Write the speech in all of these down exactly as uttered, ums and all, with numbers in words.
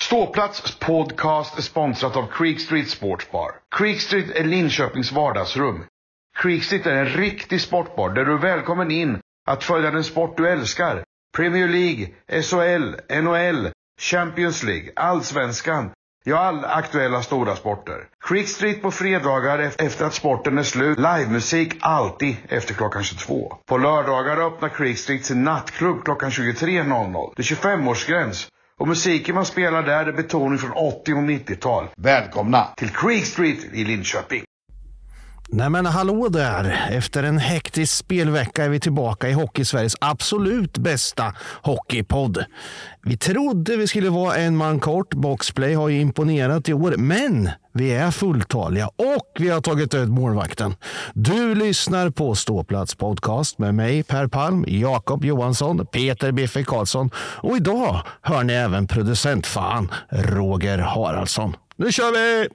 Ståplats podcast är sponsrat av Creek Street Sportsbar. Creek Street är Linköpings vardagsrum. Creek Street är en riktig sportbar där du är välkommen in att följa den sport du älskar. Premier League, S H L, N H L, Champions League, Allsvenskan. Ja, alla aktuella stora sporter. Creek Street på fredagar efter att sporten är slut. Livemusik alltid efter klockan tjugotvå. På lördagar öppnar Creek Street sin nattklubb klockan tjugotre noll noll. Det är tjugofemårsgräns. Och musiken man spelar där är betoning från åttio- och nittiotal. Välkomna till Creek Street i Linköping. Nej men hallå där, efter en hektisk spelvecka är vi tillbaka i Hockey-Sveriges absolut bästa hockeypodd. Vi trodde vi skulle vara en man kort, Boxplay har ju imponerat i år, men vi är fulltaliga och vi har tagit ut målvakten. Du lyssnar på Ståplats podcast med mig Per Palm, Jakob Johansson, Peter Biffe Karlsson och idag hör ni även producentfan Roger Haraldsson. Nu kör vi!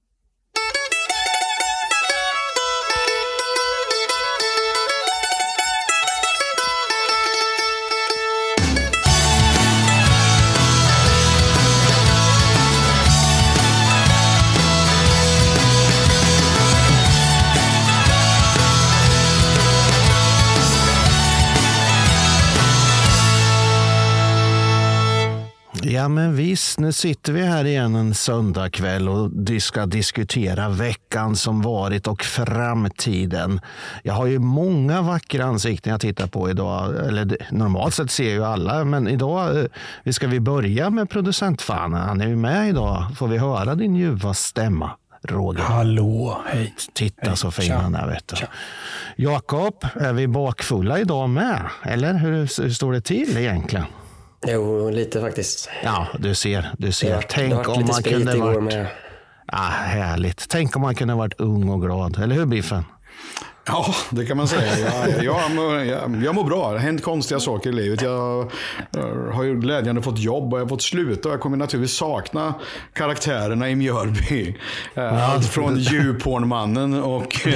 Ja men visst, nu sitter vi här igen en söndagkväll och ska diskutera veckan som varit och framtiden. Jag har ju många vackra ansikten jag tittar på idag, eller normalt sett ser ju alla, men idag vi ska vi börja med producentfan. Han är ju med idag, får vi höra din ljuva stämma. Roger. Hallå, hej. Titta hej. Så fin han är, vet du. Tja. Jakob, är vi bakfulla idag med? Eller hur, hur står det till egentligen? Jo, lite faktiskt. Ja, du ser. Du ser. Det har, Tänk det har om man kunde varit... Med. Ah, härligt. Tänk om man kunde varit ung och glad. Eller hur, Biffen? Ja, det kan man säga. Jag, jag, jag, jag mår bra. Det har hänt konstiga saker i livet. Jag, jag har ju glädjande fått jobb och jag har fått sluta. Jag kommer naturligtvis sakna karaktärerna i Mjölby. Allt från djurpornmannen och...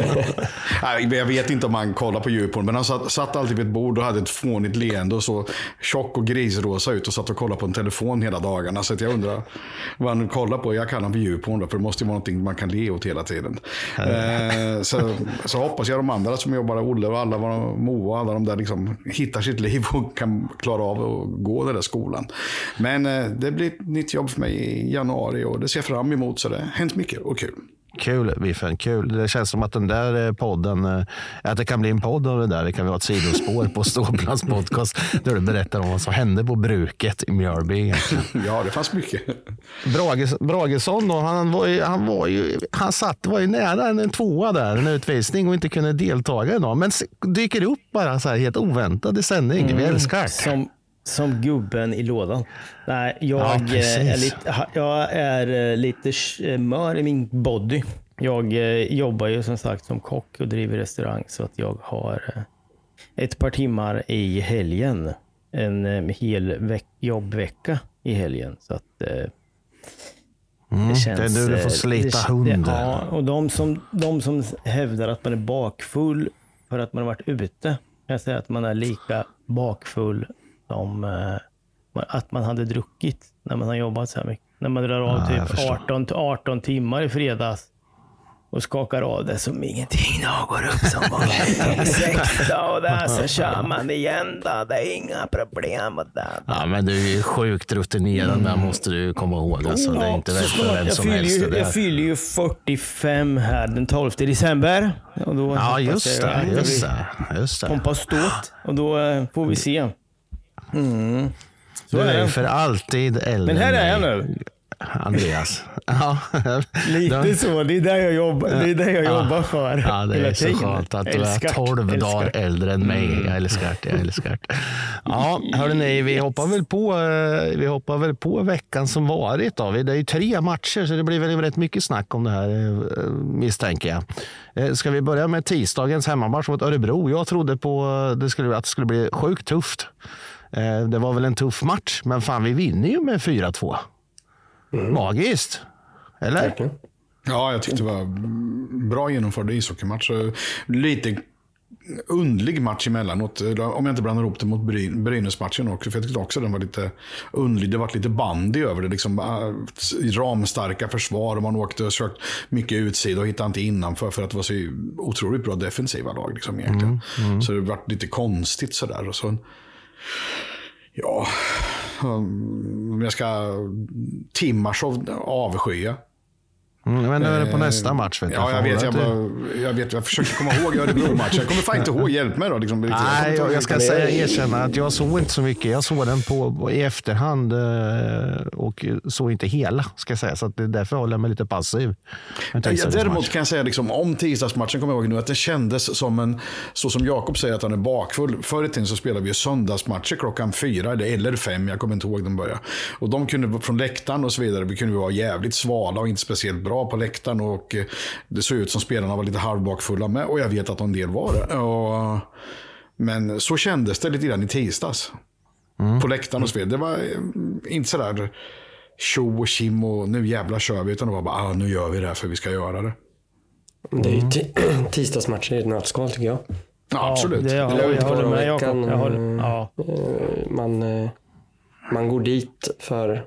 Eh, jag vet inte om man kollar på djurporn, men han satt, satt alltid vid ett bord och hade ett fånigt leende och så tjock och grisrosa ut och satt och kollade på en telefon hela dagarna. Så att jag undrar vad han kollar på. Jag kallar honom för djurporn då, för det måste ju vara någonting man kan le åt hela tiden. Eh, så, så hoppas jag de andra som jobbar, Olle och alla, Moa, alla de där liksom hittar sitt liv och kan klara av att gå den där skolan. Men eh, det blir ett nytt jobb för mig i januari och det ser jag fram emot, så det har hänt mycket och kul. Kul, Biffen, kul. Det känns som att den där podden, att det kan bli en podd av det där. Det kan vara ett sidospår på Ståplats podcast där du berättar om vad som hände på bruket i Mjölby egentligen. Ja, det fanns mycket. Brage, Bragesson då, han var ju, han var ju, han satt, var ju nära en, en tvåa där, en utvisning och inte kunde deltaga idag. Men dyker upp bara så här helt oväntad i sändning. Mm, vi älskar. Som Som gubben i lådan. Nej, jag, ja, är lite, jag är lite mör i min body. Jag jobbar ju som sagt som kock och driver restaurang, så att jag har ett par timmar i helgen. En hel veck, jobbvecka i helgen. Så att mm, det känns... Det är nu du får slita hunden. Ja, och de som, de som hävdar att man är bakfull för att man har varit ute. Jag säger att man är lika bakfull om eh, att man hade druckit när man har jobbat så här mycket. När man drar av ja, typ arton till arton timmar i fredags och skakar av det som ingenting då, går upp som vanligt. Sekta och där så kör man igen då. Det är inga problem med det. Ja, men du är ju sjukt rutinerad, mm. där måste du komma ihåg. Alltså, det är inte värt för vem som helst. Ju, jag fyller ju fyrtiofem här den tolfte december. Och då ja, just det. Just det, just det. Pompa ståt. Och då eh, får vi se. Mm. Så du är ju för alltid äldre. Men här är jag nu. Andreas. Ja. Lite Då. så, det är där jag jobbar, det är där jag ja. jobbar för. Ja, det är så skönt att du är tolv dagar äldre än mig. Jag älskar det, jag älskar det. Ja, hörrni, vi hoppar väl på vi hoppar väl på veckan som varit då. Det är ju tre matcher, så det blir väl rätt mycket snack om det här, misstänker jag. Ska vi börja med tisdagens hemmamatch mot Örebro? Jag trodde på det skulle, att det skulle bli sjukt tufft. Det var väl en tuff match, men fan, vi vinner ju med fyra två. Mm. Magiskt, eller? Ja, jag tyckte det var bra genomförd ishockeymatch. Lite undlig match emellanåt. Om jag inte blandar ihop det mot Bryn- Brynäs-matchen också. För jag tyckte också den var lite undlig. Det var lite bandy över det. Liksom, ramstarka försvar. Och man åkte och sökt mycket utsida och hittade inte innanför. För att det var så otroligt bra defensiva lag. Liksom, egentligen. Mm, mm. Så det var lite konstigt sådär. Och så, ja, om jag ska Timashov avskya. Mm, men nu är det på nästa match. Vet ja, jag vet. Jag, bara, jag vet. Jag försöker komma ihåg Örebro-matchen. Jag kommer fan inte ihåg. Hjälp mig då. Liksom, Nej, jag, jag ska säga, erkänna att jag såg inte så mycket. Jag såg den på, i efterhand och såg inte hela, ska jag säga. Så att det, därför håller jag mig lite passiv. Ja, däremot kan jag säga liksom, om tisdagsmatchen kommer jag ihåg nu att det kändes som en, så som Jakob säger att han är bakfull. Förr i tiden så spelade vi ju söndagsmatcher klockan fyra eller fem. Jag kommer inte ihåg den början. Och de kunde från läktaren och så vidare. Vi kunde vara jävligt svala och inte speciellt bra på läktaren och det såg ut som spelarna var lite halvbakfulla med och jag vet att en del var det. Och, men så kändes det lite grann i tisdags mm. på läktaren och så vidare. Det var inte sådär tjo och kim och nu jävla kör vi, utan det var bara ah, nu gör vi det här för vi ska göra det. Det är ju t- tisdagsmatchen i ett nötskal tycker jag. Ja, absolut. Ja, det, jag, jag, jag håller med Jakob. Jag håller, ja. man, man går dit för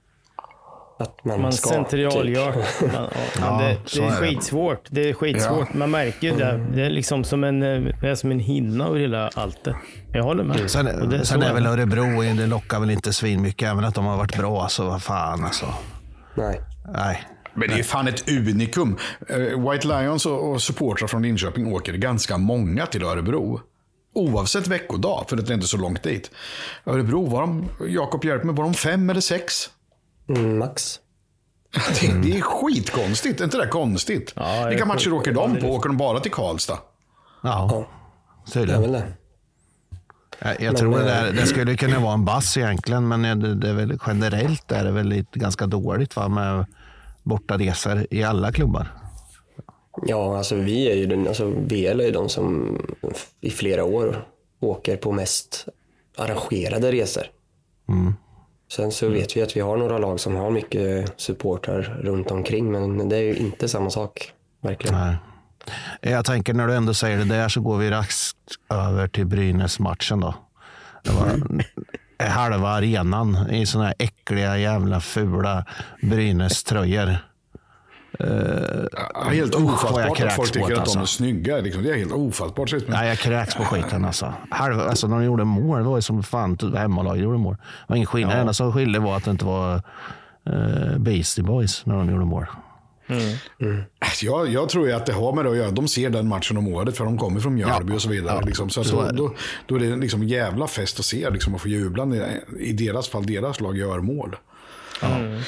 att man, man ska centralgör. typ. Ja, ja, det, det är skitsvårt. Det är skitsvårt. Ja. Man märker det. Det är liksom som en, det är som en hinna över hela allt. Jag håller med. Sen, det, sen är väl Örebro, det lockar väl inte svin mycket, även att de har varit bra. Så vad fan alltså. Nej. Nej. Men det är fan ett unikum. White Lions och supportrar från Linköping åker ganska många till Örebro. Oavsett veckodag, för det är inte så långt dit. Örebro, var de, Jakob hjälp mig, var de fem eller sex? Mm, max. Det, det är skitkonstigt, inte det konstigt? Ja, vilka matcher åker de på? Åker de bara till Karlstad? Ja, ja. så är det. det. Jag, jag men, tror det, är, det skulle kunna vara en bass egentligen, men det, det är väl generellt är det väl lite ganska dåligt va, med bortaresor i alla klubbar. Ja, alltså vi är ju den, alltså V L är ju de som i flera år åker på mest arrangerade resor. Mm. Sen så vet vi att vi har några lag som har mycket supportrar runt omkring, men det är ju inte samma sak, verkligen. Nej. Jag tänker när du ändå säger det där så går vi raskt över till Brynäs-matchen då. Det var mm. halva arenan i såna här äckliga jävla fula Brynäs-tröjor. Uh, helt ofattbart att folk tycker att alltså. de är snygga. Liksom. Det är helt ofattbart. Men... Nej, jag kräks på skiten alltså. Halv, alltså när de gjorde mål, det var ju som fan hemmalag gjorde mål. Det var ingen skillnad. Det enda som skilde var att det inte var uh, Beastie Boys när de gjorde mål. Mm. Mm. Jag, jag tror ju att det har med det att göra. De ser den matchen om året för de kommer från Mjölby ja. och så vidare. Ja. Liksom. Så, så då, då, då är det liksom jävla fest att se liksom, och få jubla i, i deras fall. Deras lag gör mål. Mm. Mm.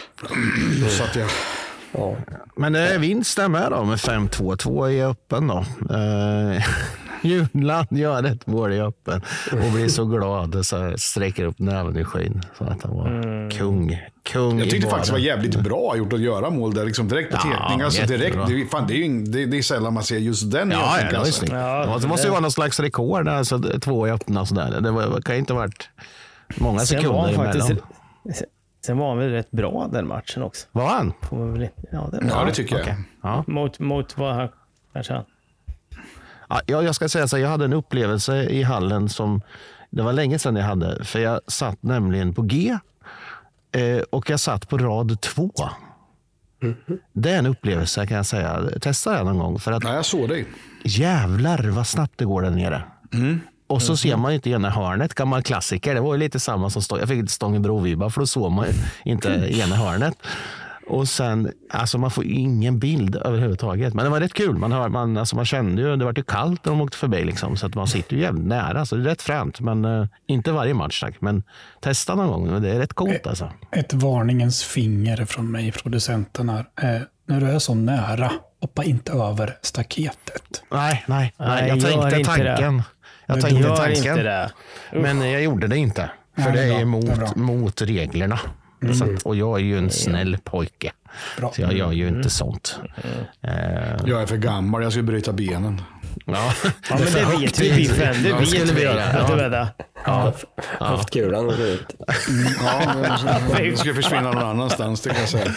Så att jag... Ja. Men det är vinst där med då med fem två två i öppen då. Eh, Junland gör ett mål i öppen och blir så glad och så sträcker upp näven i skyn så att han var mm. kung. kung Jag tyckte faktiskt det var jävligt bra gjort att göra mål där liksom direkt på ja, teckning. Alltså direkt, det, fan, det, är ju, det, det är sällan man ser just den. Ja, ja, alltså. ja, det måste ju vara någon slags rekord alltså, två i öppna och sådär. Det var, kan inte ha varit många sekunder faktiskt, emellan. Sen var han väl rätt bra den matchen också. Var han? Ja, det, ja, det tycker jag. Okay. Ja. Mot, mot vad han kanske han. Ja, jag ska säga så jag hade en upplevelse i hallen som det var länge sedan jag hade. För jag satt nämligen på G eh, och jag satt på rad två. Mm-hmm. Det är en upplevelse kan jag säga. Testa det någon gång. För att, nej, jag såg dig. Jävlar vad snabbt det går där nere. Mm. Och så mm-hmm. ser man inte ena hörnet, gammal klassiker. Det var ju lite samma som stång. Jag fick lite Stångebro-vibbar för då såg man inte ena hörnet. Och sen, alltså man får ingen bild överhuvudtaget. Men det var rätt kul. Man, hör, man, alltså man kände ju, det var ju kallt när de åkte förbi liksom. Så att man sitter ju jävligt nära. Så det är rätt fränt. Men uh, inte varje match tack. Men testa någon gång. Det är rätt coolt alltså. Ett varningens finger från mig, producenten här. Eh, när du är så nära, hoppa inte över staketet. Nej, nej. nej jag, jag tänkte tanken. Det. Jag men tänkte gör tanken. Inte det. Men jag gjorde det inte. För nej, det är emot mot reglerna. Mm. Så att, och jag är ju en snäll pojke. Bra. Så jag gör ju inte mm. sånt. Mm. Uh, jag är för gammal, jag ska bryta benen. Ja, ja men det vet vi, Biffen. Det Ja, vet skulle vi vi. göra. Att du vet det. Ja. Höftkulan och ut. Ja, men det ska försvinna någon annanstans, det kan jag säga.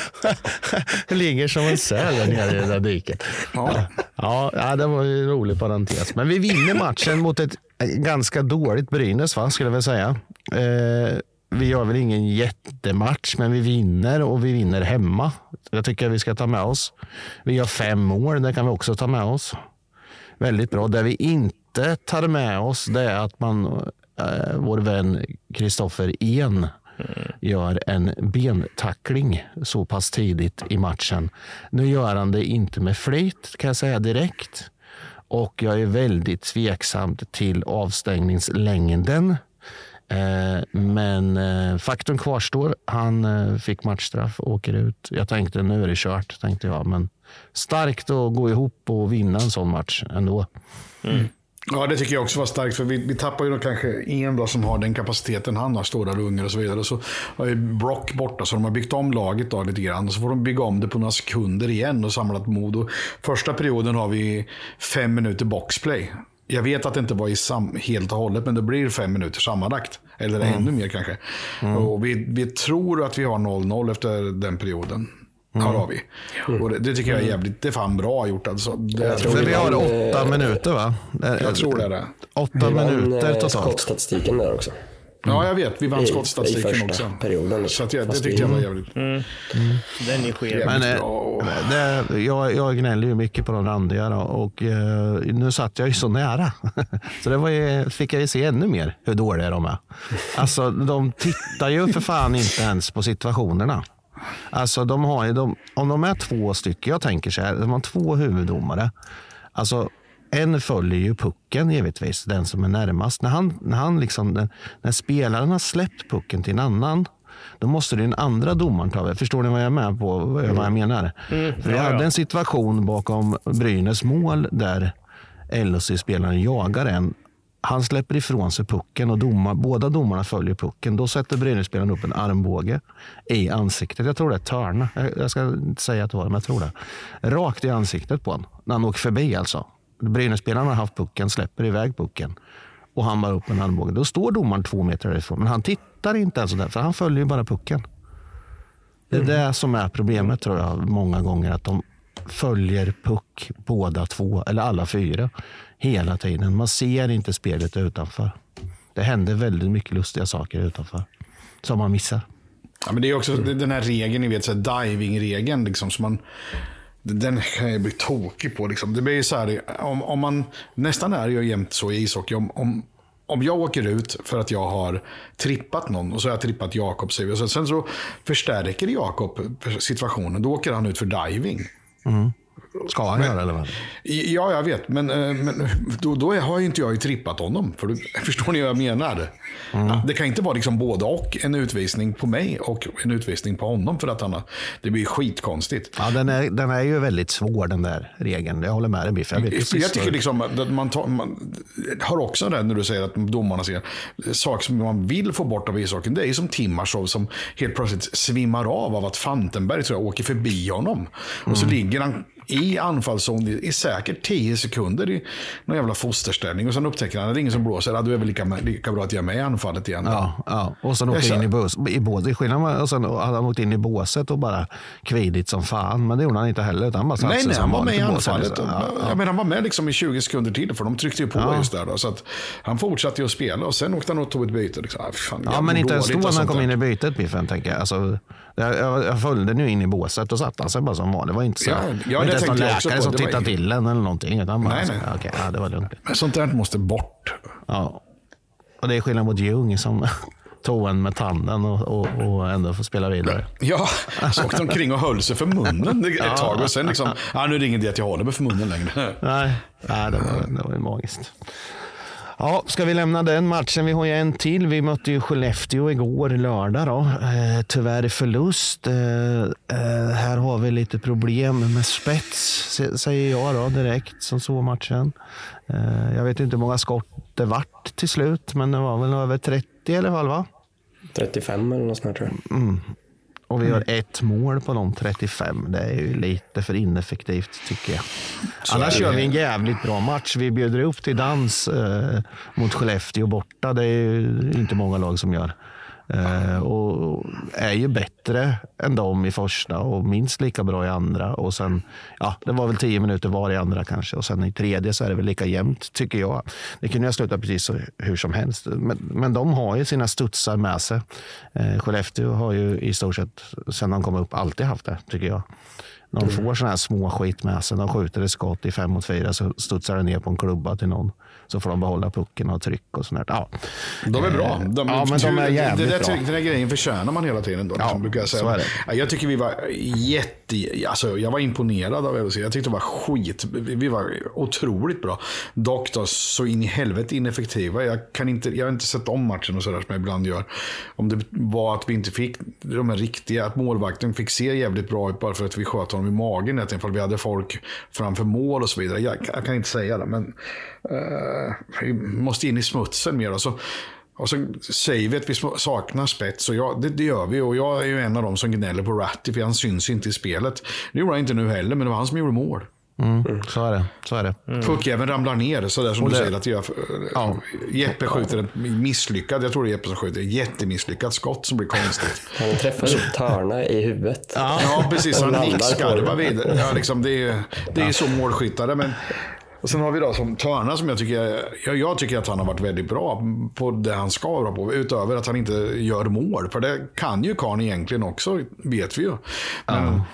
Det ligger som en säl där nere i det där diket. Ja. Ja, ja, det var ju en rolig parentes. Men vi vinner matchen mot ett ganska dåligt Brynäs, va, skulle jag väl säga. Eh, vi gör väl ingen jättematch, men vi vinner och vi vinner hemma. Jag tycker vi ska ta med oss. Vi gör fem mål, det kan vi också ta med oss. Väldigt bra. Det vi inte tar med oss, det är att man, eh, vår vän Kristoffer En gör en bentackling så pass tidigt i matchen. Nu gör han det inte med flit, kan jag säga direkt. Och jag är väldigt tveksam till avstängningslängden. Eh, men eh, faktum kvarstår. Han eh, fick matchstraff och åker ut. Jag tänkte nu är det kört, tänkte jag. Men starkt att gå ihop och vinna en sån match ändå. Mm. Ja, det tycker jag också var starkt, för vi, vi tappar ju då kanske en då som har den kapaciteten han har, stora lungor och så vidare. Så har ju Brock borta, så de har byggt om laget då lite grann. Så får de bygga om det på några sekunder igen och samlat mod. Och första perioden har vi fem minuter boxplay. Jag vet att det inte var i sam- helt och hållet, men det blir fem minuter sammanlagt. Eller mm. ännu mer kanske. Mm. Och vi, vi tror att vi har noll noll efter den perioden. Mm. Har vi. Och det, det tycker jag är jävligt, det är fan bra gjort alltså. Det, jag tror vi har var, åtta minuter, va? Jag, jag tror det är det. Åtta minuter totalt. Skottstatistiken där också. Mm. Ja, jag vet. Vi vann skottstatistiken också. Perioden. Så att jag, det tyckte jag var jävligt. Mm. Mm. Den är skev. Men äh, det, jag, jag gnäller ju mycket på de randiga då, och uh, nu satt jag ju så nära. Så det var ju, fick jag ju se ännu mer hur dåliga de är. Alltså, de tittar ju för fan inte ens på situationerna. Alltså, de har ju, de, om de är två stycken, jag tänker så här, de har två huvuddomare. Alltså, en följer ju pucken givetvis, den som är närmast. När, han, när, han liksom, när, när spelaren har släppt pucken till en annan, då måste den andra domaren ta över. Förstår ni vad jag är med på? Vad jag menar? Mm, För vi ja, hade ja. en situation bakom Brynäs mål där L C spelaren jagar en. Han släpper ifrån sig pucken och domar, båda domarna följer pucken. Då sätter Brynäs-spelaren upp en armbåge i ansiktet. Jag tror det är Törna. Jag, jag ska inte säga att det var det, men jag tror det. Rakt i ansiktet på honom. När han åker förbi alltså. Brynäs-spelaren har haft pucken, släpper iväg pucken. Och han bara upp en armbåge. Då står domaren två meter därifrån. Men han tittar inte ens där, för han följer ju bara pucken. Det är mm. det som är problemet, tror jag, många gånger. Att de följer puck båda två, eller alla fyra, hela tiden. Man ser inte spelet utanför. Det händer väldigt mycket lustiga saker utanför som man missar. Ja, men det är också den här regeln, ni vet, så här diving-regeln liksom, som man, den kan jag bli tokig på liksom. Det blir så här, om, om man nästan är ju jämt så i ishockey, om, om Om jag åker ut för att jag har trippat någon och så har jag trippat Jakob, säger vi. Sen så förstärker Jakob situationen. Då åker han ut för diving. Mm. Ska han göra eller vad? Ja, jag vet. Men, men då, då har ju inte jag ju trippat honom. För du, förstår ni vad jag menar? Mm. Det kan inte vara liksom både och en utvisning på mig och en utvisning på honom. För att han har, det blir skitkonstigt. Ja, den är, den är ju väldigt svår, den där regeln. Jag håller med dig, Biff. Jag, vet jag tycker liksom att man, tar, man har också det när du säger att domarna ser saker som man vill få bort av ishockeyn. Det är ju som Timashov som helt plötsligt svimmar av av att Fantenberg, tror jag, åker förbi honom. Och mm. så ligger han i anfallszon i säkert tio sekunder i någon jävla fosterställning. Och sen upptäcker han att det är ingen som blåser. Ja, då är väl lika, lika bra att jag är med i anfallet igen. Ja, ja. Och sen åker in i, bås, i båset. Och sen hade han åkt in i båset och bara kvidit som fan. Men det gjorde han inte heller. Utan han bara nej, nej, han var med i anfallet. Ja, ja. Jag menar, han var med liksom i tjugo sekunder till. För de tryckte ju på ja. just där. Då, så att han fortsatte ju att spela. Och sen åkte han och tog ett byte. Liksom. Ah, fan, ja, men inte ens då när han kom in i bytet, Biffen, tänker jag. Alltså, jag, jag följde nu in i båset och satt han sig bara som var. Det var inte så. Ja, ja, det tänkte jag också på. Som tittade var... till en eller någonting. Utan bara, nej, nej. Så, okay, ja, det var lugnt. Men sånt där måste bort. Ja. Och det är skillnad mot Ljung som tog en med tanden och, och, och ändå får spela vidare. Ja, så åkte omkring och höll sig för munnen ett ja. tag. Och sen liksom, ja, nu är det ingen det att jag håller mig för munnen längre. Nej, nej det var, det var ju magiskt. Ja, ska vi lämna den matchen? Vi har ju en till. Vi mötte ju Skellefteå igår lördag då. Eh, tyvärr förlust. Eh, eh, här har vi lite problem med spets, säger jag då direkt som så matchen. Eh, jag vet inte hur många skott det vart till slut, men det var väl över trettio i alla fall, va? trettiofem eller något sånt, tror jag. Mm. Och vi har ett mål på de trettiofem. Det är ju lite för ineffektivt tycker jag. Annars gör vi en jävligt bra match. Vi bjuder upp till dans eh, mot Skellefteå borta. Det är ju inte många lag som gör. Uh, och är ju bättre än dem i första och minst lika bra i andra och sen, ja det var väl tio minuter var i andra kanske och sen i tredje så är det väl lika jämnt tycker jag. Det kunde jag sluta precis så, hur som helst men, men de har ju sina studsar med sig. uh, Skellefteå har ju i stort sett sen de kom upp alltid haft det tycker jag. De får såna här små skit med sig. De skjuter ett skott i fem mot fyra så studsar det ner på en klubba till någon. Så får de behålla pucken och tryck och sånt där. Ja. De är bra. De, ja, men de är jävligt det där, bra. Den där grejen förtjänar man hela tiden. Då, ja, brukar jag säga. Så är det. Jag tycker vi var jätte... Alltså, jag var imponerad av det. Jag tyckte det var skit. Vi var otroligt bra. Dock då, så in i helvete ineffektiva. Jag, kan inte, jag har inte sett om matchen och sådär som jag ibland gör. Om det var att vi inte fick de här riktiga... Att målvakten fick se jävligt bra ut bara för att vi sköt honom i magen. I fall vi hade folk framför mål och så vidare. Jag, jag kan inte säga det, men uh, vi måste in i smutsen mer. Och så, och så säger vi att vi saknar spets och jag, det, det gör vi. Och jag är ju en av dem som gnäller på Ratty för han syns inte i spelet. Det gjorde han inte nu heller, men det var han som gjorde mål. Mm, mm. Så är det, så är det. Mm. Puckjäveln ramlar ner så där som och du det, säger att jag, ja. Jeppe skjuter en misslyckad, jag tror det är Jeppe som skjuter ett jättemisslyckat skott som blir konstigt. Han träffar Törna i huvudet. Ja, ja precis, han nickskarvar vidare. Ja, liksom, det är, det är så målskyttare, men och sen har vi då som Törna som jag tycker jag, jag tycker att han har varit väldigt bra på det han ska vara på, utöver att han inte gör mål, för det kan ju Karn egentligen också, vet vi ju. Men mm.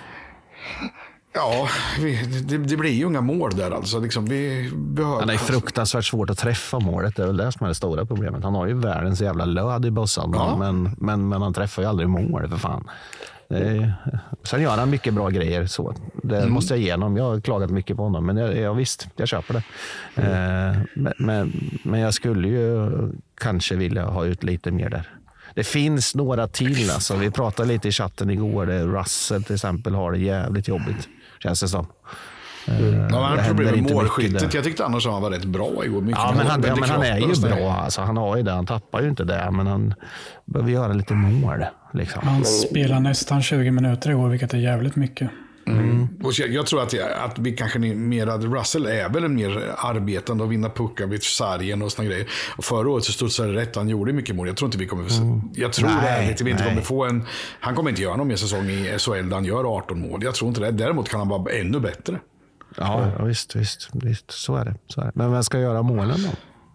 Ja, vi, det, det blir ju inga mål där alltså. Liksom, vi behöver... Han är fruktansvärt svårt att träffa målet. Det är väl det som är det stora problemet. Han har ju världens jävla löd i bossan. Ja. Men, men, men han träffar ju aldrig mål för fan. Det är... Sen gör han mycket bra grejer. Så. Det mm. måste jag ge honom. Jag har klagat mycket på honom. Men jag, jag visst, jag köper det. Mm. Eh, men, men, men jag skulle ju kanske vilja ha ut lite mer där. Det finns några till. Alltså. Vi pratade lite i chatten igår. Russell till exempel har det jävligt jobbigt. Känns det som. Mm. Ja, han har problem med målskyttet. Jag tyckte annars att han var rätt bra igår. Mycket ja, men han, ja, men han är ju bra. Alltså, han har ju det. Han tappar ju inte det. Men han behöver göra lite mål. Liksom. Han spelar nästan tjugo minuter igår, vilket är jävligt mycket. Mm. Och jag, jag tror att, jag, att vi kanske mer att Russell är väl en mer arbetande och vinna puckar vid sargen och såna grejer. Och förra året så stod så rätt, han gjorde mycket mål. Jag tror inte vi kommer mm. jag tror nej, att vi inte kommer få en, han kommer inte göra någon mer säsong i S H L där han gör arton mål. Jag tror inte det. Däremot kan han vara ännu bättre. Ja, ja visst, visst, visst. Så är det, så är det. Men vem ska göra målen då?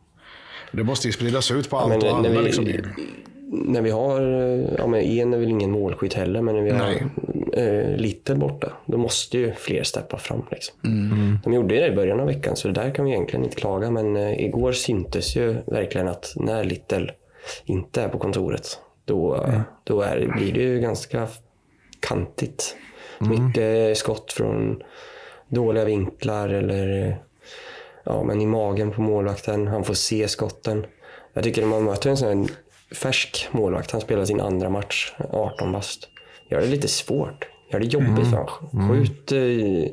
Det måste ju spridas ut på allt men, och alla vi, liksom. När vi har, ja men en är väl ingen målskytt heller, men när vi har eh, Little borta, då måste ju fler steppa fram liksom. Mm. De gjorde det i början av veckan, så det där kan vi egentligen inte klaga, men eh, igår syntes ju verkligen att när Little inte är på kontoret, då, mm. då är, blir det ju ganska kantigt. Mm. Mycket skott från dåliga vinklar eller ja, men i magen på målvakten, han får se skotten. Jag tycker att man möter en sån här färsk målvakt, han spelar sin andra match, arton bast. Gör det lite svårt. Gör det jobbigt mm. för han. Skjut i,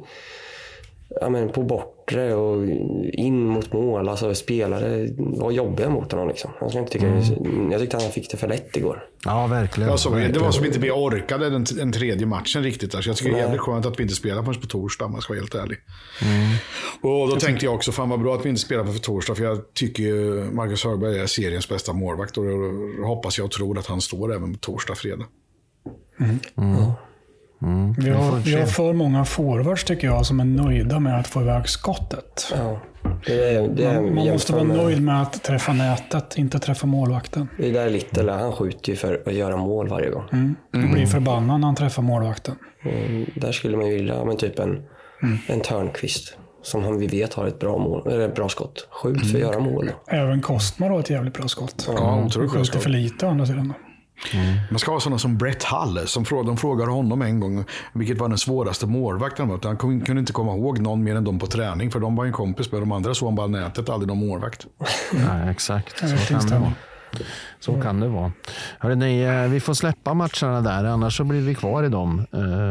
ja, men på bortre och in mot mål. Alltså spelare var jobbiga mot honom liksom. Jag, ska inte tycka, mm. jag tyckte att han fick det för lätt igår. Ja, verkligen. Ja, så, verkligen. Det var som inte vi orkade den, den tredje matchen riktigt. Där. Så jag tycker det är jävligt skönt att vi inte spelar förrän på torsdag, om man ska vara helt ärlig. Mm. Och då jag tänkte jag också, fan vad bra att vi inte spelar på torsdag. För jag tycker ju Marcus Högberg är seriens bästa målvakt. Och jag hoppas jag och tror att han står även på torsdag, fredag. Mm. Mm. Mm. Vi, har, vi har för många forwards tycker jag som är nöjda med att få iväg skottet. Ja. Det är, det är man man måste vara nöjd med att träffa nätet, inte träffa målvakten. Det är där Little, han skjuter ju för att göra mål varje gång. Mm. Mm. blir förbannad när han träffar målvakten. Mm. Där skulle man ju vilja, men typ en, mm. en Törnqvist som han vi vet har ett bra mål, eller ett bra skott. Skjut för att göra mål. Även Kostmar har ett jävligt bra skott. Ja, hon tror skjuter skott. För lite å andra sidan. Mm. Man ska ha sådana som Brett Hull som frågade, de frågade honom en gång vilket var den svåraste målvakten. Han kunde inte komma ihåg någon mer än dem på träning, för de var en kompis med de andra, så han bara nätet, aldrig någon målvakt. Nej, exakt. Så kan det vara. Så kan det vara. Hörde ni, vi får släppa matcherna där, annars så blir vi kvar i dem.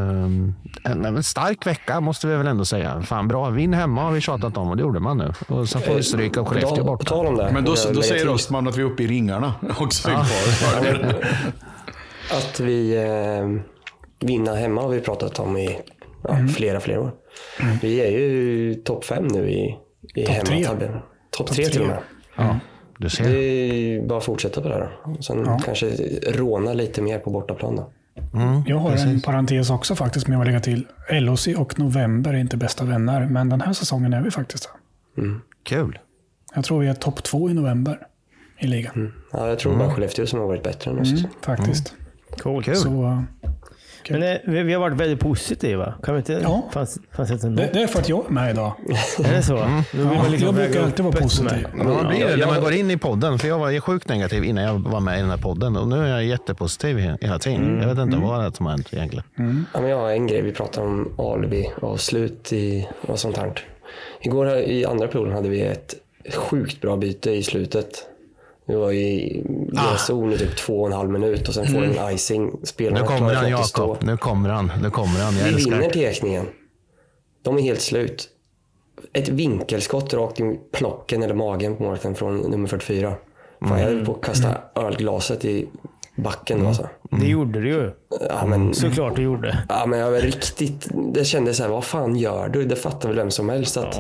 En, en stark vecka måste vi väl ändå säga. Fan bra, vinn hemma har vi tjatat om och det gjorde man nu. Och så får vi stryka och Skellefteå borta. Men då, då säger Östman att vi är uppe i ringarna också. Ja. Att vi vinna hemma har vi pratat om i ja, Mm. flera, flera år. Mm. Vi är ju topp fem nu i, i Topp tre. hemmatabellen. Topp Topp tre till och tre. med. Ja, du ser. Det är bara att fortsätta på det här då. Och sen Ja. kanske råna lite mer på bortaplan då. Mm, Jag har precis. en parentes också faktiskt med att lägga till. L O C och November är inte bästa vänner, men den här säsongen är vi faktiskt där. Mm. Kul. Jag tror vi är topp två i november i ligan. Mm. Ja, jag tror Mm. bara Skellefteå som har varit bättre än oss. Mm, faktiskt. Cool. Kul. Så, uh, Men eh, vi, vi har varit väldigt positiva. Kan vi inte... Ja. Fanns, fanns inte det, något? det är för att jag är med idag. Är det så? Då vill man liksom jag brukar väga alltid vara upp positiv. med. Ja, man blir det Ja, när jag- man går in i podden. För jag var ju sjukt negativ innan jag var med i den här podden. Och nu är jag jättepositiv he- hela tiden. Jag vet inte vad det är som har hänt egentligen. Ja, men jag har en grej. Vi pratar om alibi och slut i, och sånt här. Igår här, i andra perioden hade vi ett sjukt bra byte i slutet. Vi var i deras zon i typ två och en halv minut och sen får en icing. Spelarna Nu kommer klarar han, inte att stå. Jakob. Nu kommer han. Nu kommer han. Jag Vi älskar vinner det. tekningen. De är helt slut. Ett vinkelskott rakt i plocken eller magen på målvakten från nummer fyrtiofyra. Fan, jag höll på att kasta ölglaset i backen då, alltså. Det gjorde du ju. Ja, men, Såklart du gjorde. ja, men jag var riktigt... Det kändes så här, vad fan gör du? Det fattar väl vem som helst att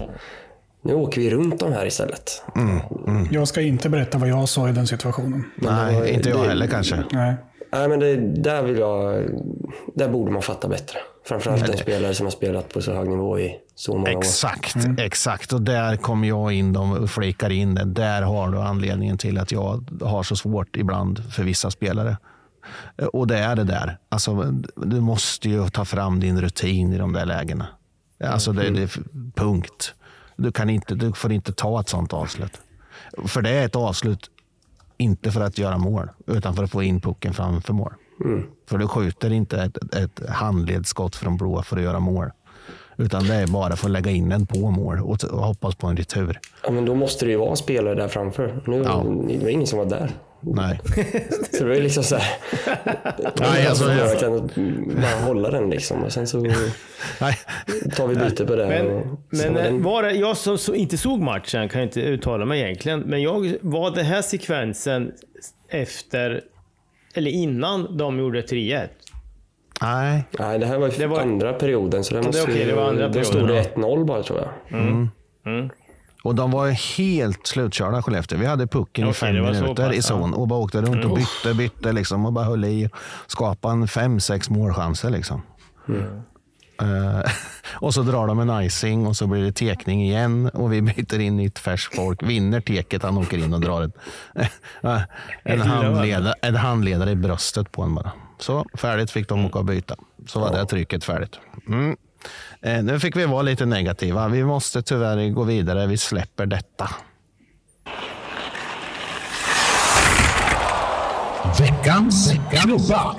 nu åker vi runt de här istället. Jag ska inte berätta vad jag sa i den situationen. Nej, det var- inte jag det- heller kanske. Nej. Nej, men det, där vill jag... Där borde man fatta bättre. Framförallt en spelare som har spelat på så hög nivå i så många år. Exakt, exakt. Och där kommer jag in och flikar in det. Där har du anledningen till att jag har så svårt ibland för vissa spelare. Och det är det där. Alltså, du måste ju ta fram din rutin i de där lägena. Alltså, det, det är punkt. Du, kan inte, du får inte ta ett sånt avslut. För det är ett avslut inte för att göra mål, utan för att få in pucken framför mål. Mm. För du skjuter inte ett, ett handledsskott från blå för att göra mål. Utan det är bara för att lägga in den på mål och, och hoppas på en retur. Ja, men då måste det ju vara en spelare där framför. Nu Ja. det var ingen som var där. Nej. Så det var ju liksom så här... Nej, alltså, jag jag- kan bara hålla den liksom. Och sen så Nej. tar vi byte på det. Men, och, men var eh, den, var det, jag som så, inte såg matchen kan jag inte uttala mig egentligen. Men jag var det här sekvensen efter eller innan de gjorde tre ett. Nej. nej, det här var ju Det var- andra perioden. Så det det är måste okej, ju, det var andra då stod perioden, det ja. ett noll bara, tror jag. Och de var helt slutkörda, Skellefteå. Vi hade pucken i Okej, fem det var så minuter pass, i zon och bara åkte runt och bytte, bytte liksom och bara höll i och skapade en fem, sex målchanser liksom. Eh, och så drar de en icing och så blir det tekning igen och vi byter in nytt färskt folk. Vinner teket, han åker in och drar ett, eh, en, handledare, en handledare i bröstet på en bara. Så färdigt, fick de åka och byta. Så var det trycket färdigt. Mm. Eh, nu fick vi vara lite negativa. Vi måste tyvärr gå vidare. Vi släpper detta. Veckans klubba.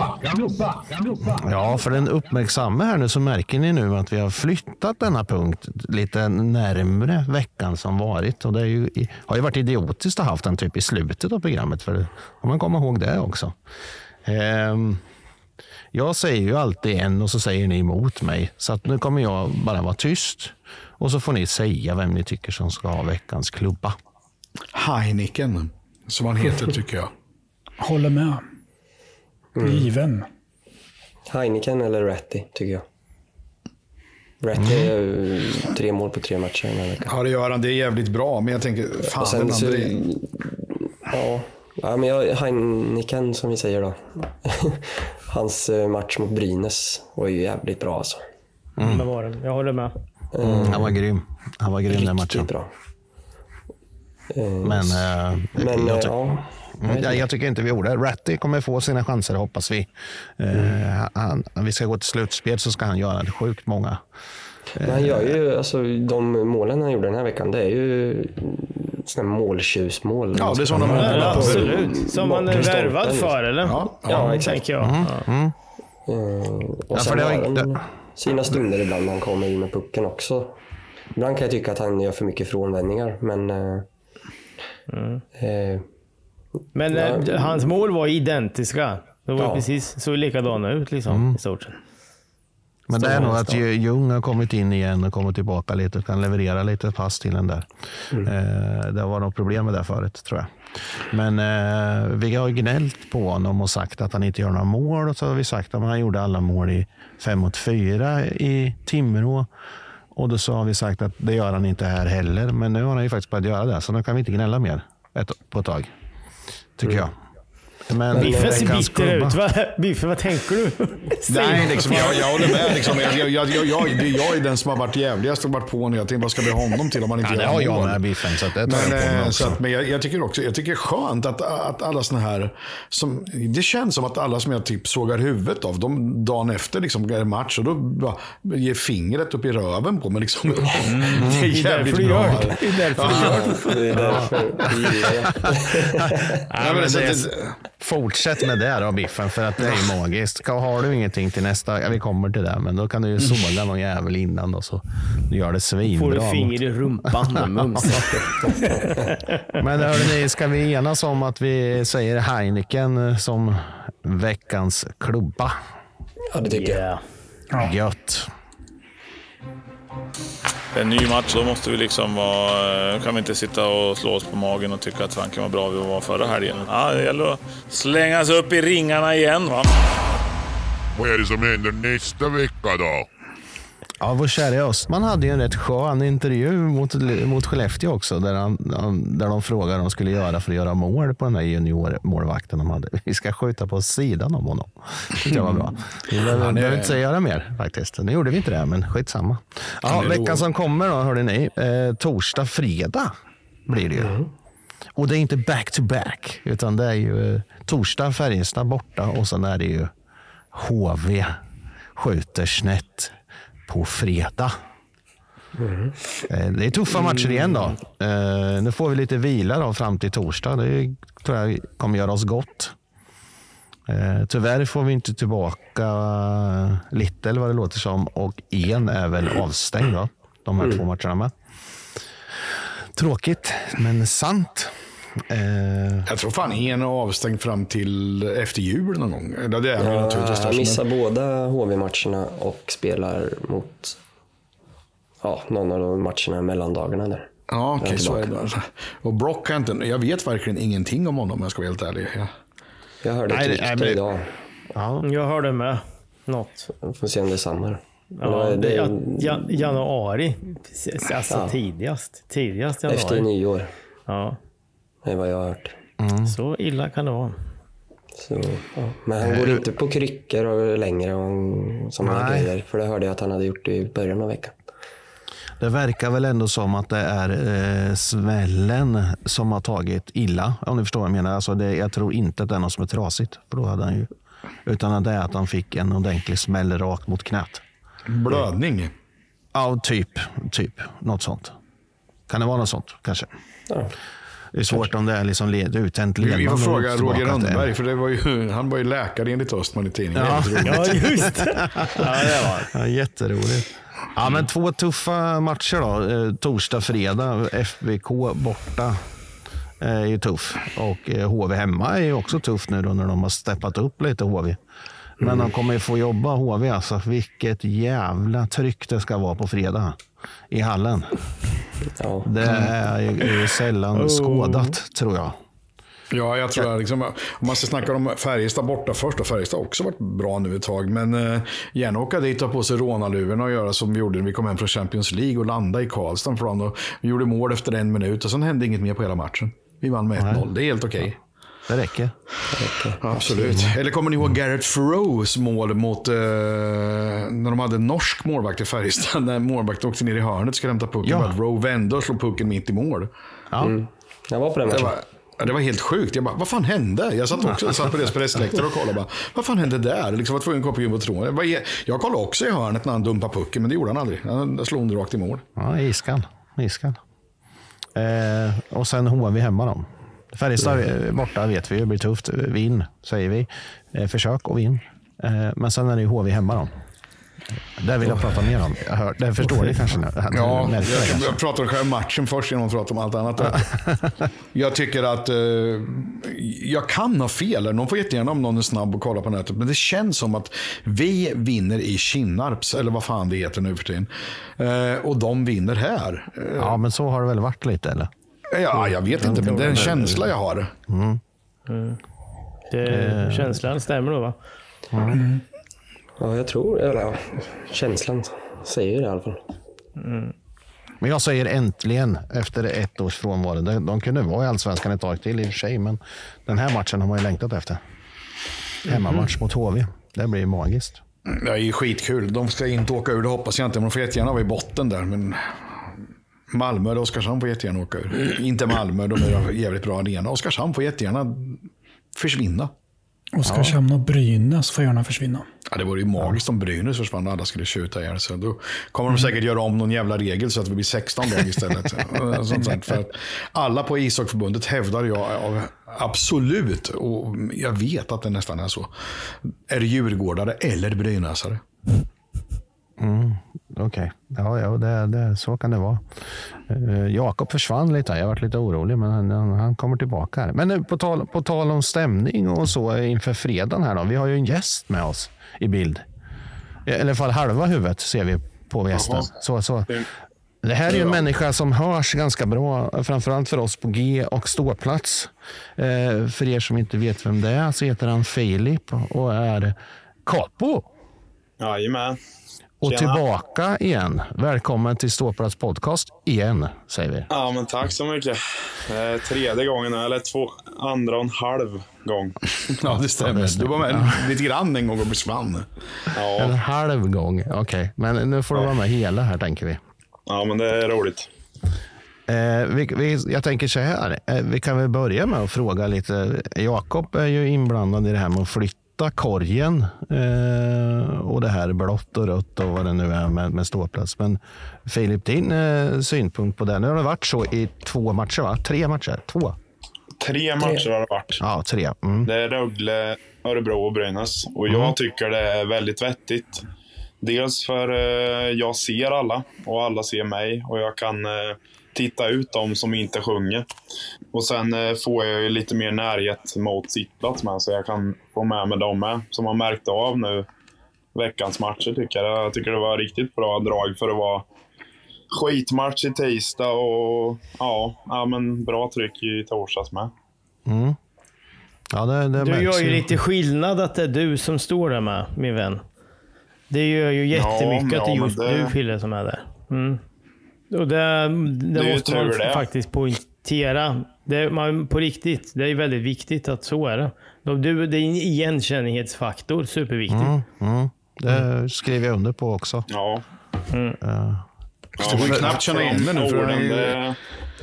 Ja, för den uppmärksamma här nu så märker ni nu att vi har flyttat denna punkt lite närmre veckan som varit. Och det är ju, har ju varit idiotiskt att ha haft den typ i slutet av programmet, för om man kommer ihåg det också. Ehm, jag säger ju alltid en och så säger ni emot mig. Så att nu kommer jag bara vara tyst. Och så får ni säga vem ni tycker som ska ha veckans klubba. Heineken, som han heter tycker jag. Håller med. Given. Heineken eller Ratty, tycker jag. Ratty är ju tre mål på tre matcher den här veckan. Ja, det gör han. Det är jävligt bra, men jag tänker, fan Och sen den så, andra... ja, ja, men jag, Heineken som vi säger då. Hans eh, match mot Brynäs var ju jävligt bra alltså. Mm. Det var det. Jag håller med. Han var grym. Han var grym den matchen. Riktigt bra. Eh, Men, eh, men jag, eh, ty- ja. Mm, jag, jag tycker inte vi gjorde. Ratty kommer få sina chanser, hoppas vi. Eh, han, vi ska gå till slutspel så ska han göra det sjukt många. Men han gör ju, alltså de målen han gjorde den här veckan, det är ju sådana måltjusmål. Ja, det är sådana mål. Ja, absolut. Som man är Bakom stolpen, värvad liksom. för, eller? Ja, Ja, exakt. Tänker jag. Ja. Eh, Ja, och för sen det har var- han det- sina stunder ibland när han kommer in med pucken också. Ibland kan jag tycka att han gör för mycket frånvändningar, men eh, eh, Men eh, hans mål var identiska. Det var Ja. precis så likadana ut liksom, i stort sett. Men det är nog att Ljung har kommit in igen och kommit tillbaka lite och kan leverera lite pass till den där. Mm. Eh, det var något problem med det förut, tror jag. Men eh, vi har gnällt på honom och sagt att han inte gör några mål. Och så har vi sagt att han gjorde alla mål i fem mot fyra i Timrå. Och då så har vi sagt att det gör han inte här heller. Men nu har han ju faktiskt börjat göra det. Så nu kan vi inte gnälla mer ett, på ett tag. Tycker mm. jag. Men Biffen ser bitter ut. Va? Biffen, vad tänker du? Nej, liksom, jag, jag håller med. Liksom, jag, jag, jag, jag, jag, jag är den som har varit jävligast och varit på när jag tänkte, vad ska vi ha honom till om man inte ja, gör mål? Ja, jag med Biffen. Så att det men äh, så att, men jag, jag tycker också, jag tycker det är skönt att, att alla såna här, som, det känns som att alla som jag typ sågar huvudet av, de dagen efter liksom, är match och då bara ger fingret upp i röven på mig. Liksom. Mm. Det är jävligt det är bra. Det är därför du gör det. Det är därför du gör det. Fortsätt med det då, Biffen, för att det är ju magiskt. Har du ingenting till nästa, ja, vi kommer till det, men då kan du ju såga någon jävel innan då, så du gör det svinbra. Får du finger i rumpan och mums. Men hörni, ska vi enas om att vi säger Heineken som veckans klubba? Ja, det tycker jag. Ja. Gött. En ny match, då måste vi liksom vara, kan vi inte sitta och slå oss på magen och tycka att fan kan vara bra vi var förra helgen. Ja, det gäller att slänga sig upp i ringarna igen, va? Vad är det som händer nästa vecka då? Ja, vår kära Östman hade ju en rätt skön intervju mot, mot Skellefteå också, där, han, där de frågade vad de skulle göra för att göra mål på den här juniormålvakten de hade. Vi ska skjuta på sidan om honom. Det var bra. Vi behöver, behöver inte säga göra mer faktiskt. Nu gjorde vi inte det, men skitsamma. Ja, veckan som kommer då, hörde ni, eh, torsdag, fredag blir det ju. Mm. Och det är inte back to back, utan det är ju eh, torsdag, Färjestad borta och sen är det ju H V skjuter snett på fredag. Mm. Det är tuffa matcher igen då. Uh, nu får vi lite vila då fram till torsdag. Det tror jag kommer göra oss gott. Uh, tyvärr får vi inte tillbaka uh, lite eller vad det låter som. Och en är väl avstängd då. De här mm. två matcherna med. Tråkigt, men sant. Uh, jag tror fan en är avstängd fram till efter jul någon gång. Det är ja, naturligtvis jag missar men... båda H V-matcherna och spelar mot ja, någon av de matcherna i mellandagarna där. Ja, okej, okay, så är det. Och Brock kan inte, jag vet verkligen ingenting om honom om jag ska vara helt ärlig. Ja. Jag hörde ett rykte men... idag. Ja, jag hörde med något. Jag får se om det är samma. Ja, det är ja, januari, alltså ja. tidigast. Tidigast januari. Efter nyår. Ja. Det är vad jag har hört. Mm. Så illa kan det vara. Så, ja. Men han går inte på kryckor och längre och sådana grejer. För det hörde jag att han hade gjort i början av veckan. Det verkar väl ändå som att det är eh, svällen som har tagit illa. Om ni förstår vad jag menar. Alltså det, jag tror inte att det är något som är trasigt. För då hade han ju, utan att det är att han fick en ordentlig smäll rakt mot knät. Blödning? Ja, typ. Typ. Något sånt. Kan det vara något sånt kanske? Ja. Det är svårt om det är liksom led, uttänt ledande. Vi får fråga Roger Rönnberg, för det var ju, han var ju läkare enligt Östman i tidningen. Ja, ja just det. Ja, det var. Ja, jätteroligt. Ja, men två tuffa matcher då. Torsdag, fredag. F B K borta är ju tuff. Och H V hemma är ju också tuff nu då när de har steppat upp lite H V. Men mm. de kommer ju få jobba H V alltså. Vilket jävla tryck det ska vara på fredag i hallen. Ja. Det är ju sällan oh. skådat, tror jag. Ja, jag tror att liksom, om man ska snacka om Färjestad borta först, och Färjestad har också varit bra nu ett tag, men eh, gärna åka dit och på sig rånaluvorna och göra som vi gjorde när vi kom hem från Champions League och landa i Karlstad för dem. Vi gjorde mål efter en minut och sen hände inget mer på hela matchen. Vi vann med ett noll, det är helt okej. Okay. Det räcker. Det räcker. Absolut. Eller kommer ni ihåg Garrett Froes mål mot eh, när de hade en norsk målvakt i Färjestad, när målvakten åkte ner i hörnet och skulle hämta pucken. Ja. Rowe vände och slog pucken mitt i mål. Ja. Mm. Jag var på den matchen. Det var, det var helt sjukt. Jag bara, vad fan hände? Jag satt också jag satt på deras pressläktare och kollade bara, vad fan hände där? Liksom var tvungen att komma in på tråden. Jag, jag kollade också i hörnet när han dumpade pucken, men det gjorde han aldrig. Han slog honom rakt i mål. Ja, iskall. Iskall. Eh, och sen H V hemma då. Färjestad borta vet vi, det blir tufft. Vinn, säger vi. Eh, försök och vinn. Eh, men sen är det ju H V hemma då. Det vill jag prata mer om. Jag hör, det förstår ni kanske. Ja, jag, jag pratar om själva matchen först innan man pratar om allt annat. Jag tycker att eh, jag kan ha fel. Någon får jättegärna om någon är snabb och kolla på nätet. Men det känns som att vi vinner i Kinnarps, eller vad fan det heter nu för tiden. Eh, och de vinner här. Ja, men så har det väl varit lite, eller? Ja, jag vet inte, men det är en känsla jag har. Mm. Mm. Det, känslan stämmer då, va? Mm. Ja, jag tror, eller ja, känslan säger det i alla fall. Mm. Men jag säger äntligen efter ett års frånvaro. De, de kunde vara i Allsvenskan ett tag till i och för sig, men den här matchen har man ju längtat efter. Hemmamatch mot H V. Det blir ju magiskt. Det är ju skitkul. De ska inte åka ur, det hoppas jag inte. Men de får jättegärna vara i botten där. Men Malmö och Oskarshamn får jättegärna åka ur. Inte Malmö, de är jävligt bra arena. Oskarshamn får jättegärna försvinna. Oskarshamn ja. och Brynäs får gärna försvinna. Ja, det vore ju magiskt om Brynäs försvann och alla skulle skjuta ihjäl. Så då kommer de säkert göra om någon jävla regel så att det blir sexton lag istället. Sånt sånt. För att alla på ishockeyförbundet hävdar jag absolut, och jag vet att det nästan är så, är djurgårdare eller brynäsare. Mm, Okej, okay. ja, ja det, det, så kan det vara. Uh, Jakob försvann lite, jag har varit lite orolig, men han, han kommer tillbaka här. Men nu på tal, på tal om stämning och så inför fredagen här då, vi har ju en gäst med oss i bild. I alla fall halva huvudet ser vi på gästen. Så, så. Det här är ju en människa som hörs ganska bra, framförallt för oss på G och ståplats. Uh, för er som inte vet vem det är så heter han Filip och är capo. Jajamän. Och tillbaka igen. Välkommen till Ståplats podcast igen, säger vi. Ja, men tack så mycket. Eh, tredje gången, eller två, andra och en halv gång. Ja, det stämmer. Du var med ja. lite grann en gång och försvann. Ja. En halv gång, okej. Okay. Men nu får du vara med hela här, tänker vi. Ja, men det är roligt. Eh, vi, vi, jag tänker så här. Eh, vi kan väl börja med att fråga lite. Jakob är ju inblandad i det här med att flytta korgen eh, och det här blått och rött och vad det nu är med, med ståplats. Men Filip, din eh, synpunkt på det. Nu har det varit så i två matcher, va? Tre matcher? Två? Tre matcher har det varit. Ja, tre. Mm. Det är Rögle, Örebro och Brynäs. Och jag mm. tycker det är väldigt vettigt. Dels för eh, jag ser alla och alla ser mig och jag kan eh, titta ut dem som inte sjunger. Och sen eh, får jag ju lite mer närhet mot sittplats med, så jag kan få med mig dem med. Som har märkt av nu veckans matcher tycker jag. Jag tycker det var riktigt bra drag för att vara skitmatch i tisdag och ja, ja men bra tryck i torsdags med. Mm. Ja, det, det du gör ju lite skillnad att det är du som står där med, min vän. Det gör ju jättemycket ja, att det är just det... du, Fille, som är där. Mm. Och det, det, det måste man det. faktiskt poängtera. Det, man, på riktigt, det är väldigt viktigt att så är det. Du, det är en igenkännlighetsfaktor, superviktigt. Mm, mm. Det skriver jag under på också. Ja. Mm. Uh. Ja, du får knappt känna igen det nu. För det...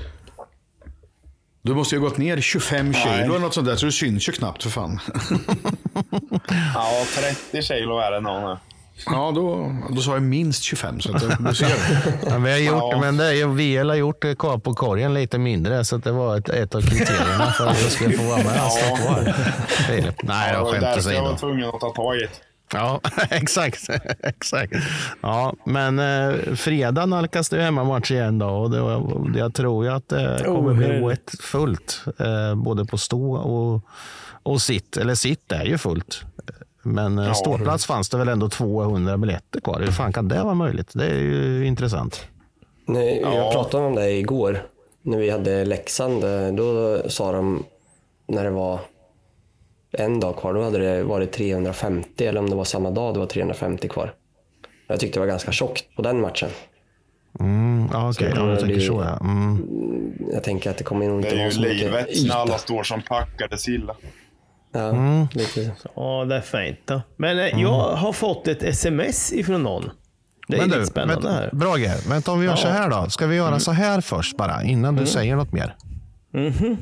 Du måste ju ha gått ner tjugofem kilo eller något sånt där, så du syns ju knappt för fan. Ja, trettio kilo är det någon. Ja, då, då sa jag minst tjugofem. Så att du ser. Ja, vi har gjort, ja. men det, vi har gjort kvar på korgen lite mindre, så att det var ett, ett av kriterierna för att jag skulle få vara med. Ja. Kvar. Nej, jag skämtar sig. Jag var tvungen att ta tag i. Ja, exakt. exakt. Ja, men eh, fredag nalkas det hemmamatch igen då, och det, jag tror ju att det kommer bli oh, ett fullt eh, både på stå och, och sitt, eller sitt är ju fullt. Men ja, ståplats fanns det väl ändå tvåhundra biljetter kvar. Hur fan kan det vara möjligt? Det är ju intressant. Nej, jag ja. pratade om det igår när vi hade Leksand. Då sa de, när det var en dag kvar, då hade det varit trehundrafemtio, eller om det var samma dag det var trehundrafemtio kvar. Jag tyckte det var ganska tjockt på den matchen. Mm, ja, okej, okay. ja, jag tänker bli, så ja. Mm. Jag tänker att det kommer nog inte vara så mycket. Det är ju livet när alla står som packade silla. Ja, mm. lite. Ja, det är fint då. Men mm. jag har fått ett sms ifrån någon. Det är men lite du, spännande här. Brage, vänta om vi gör ja. så här då. Ska vi göra mm. så här först bara, innan du mm. säger något mer? Mhm.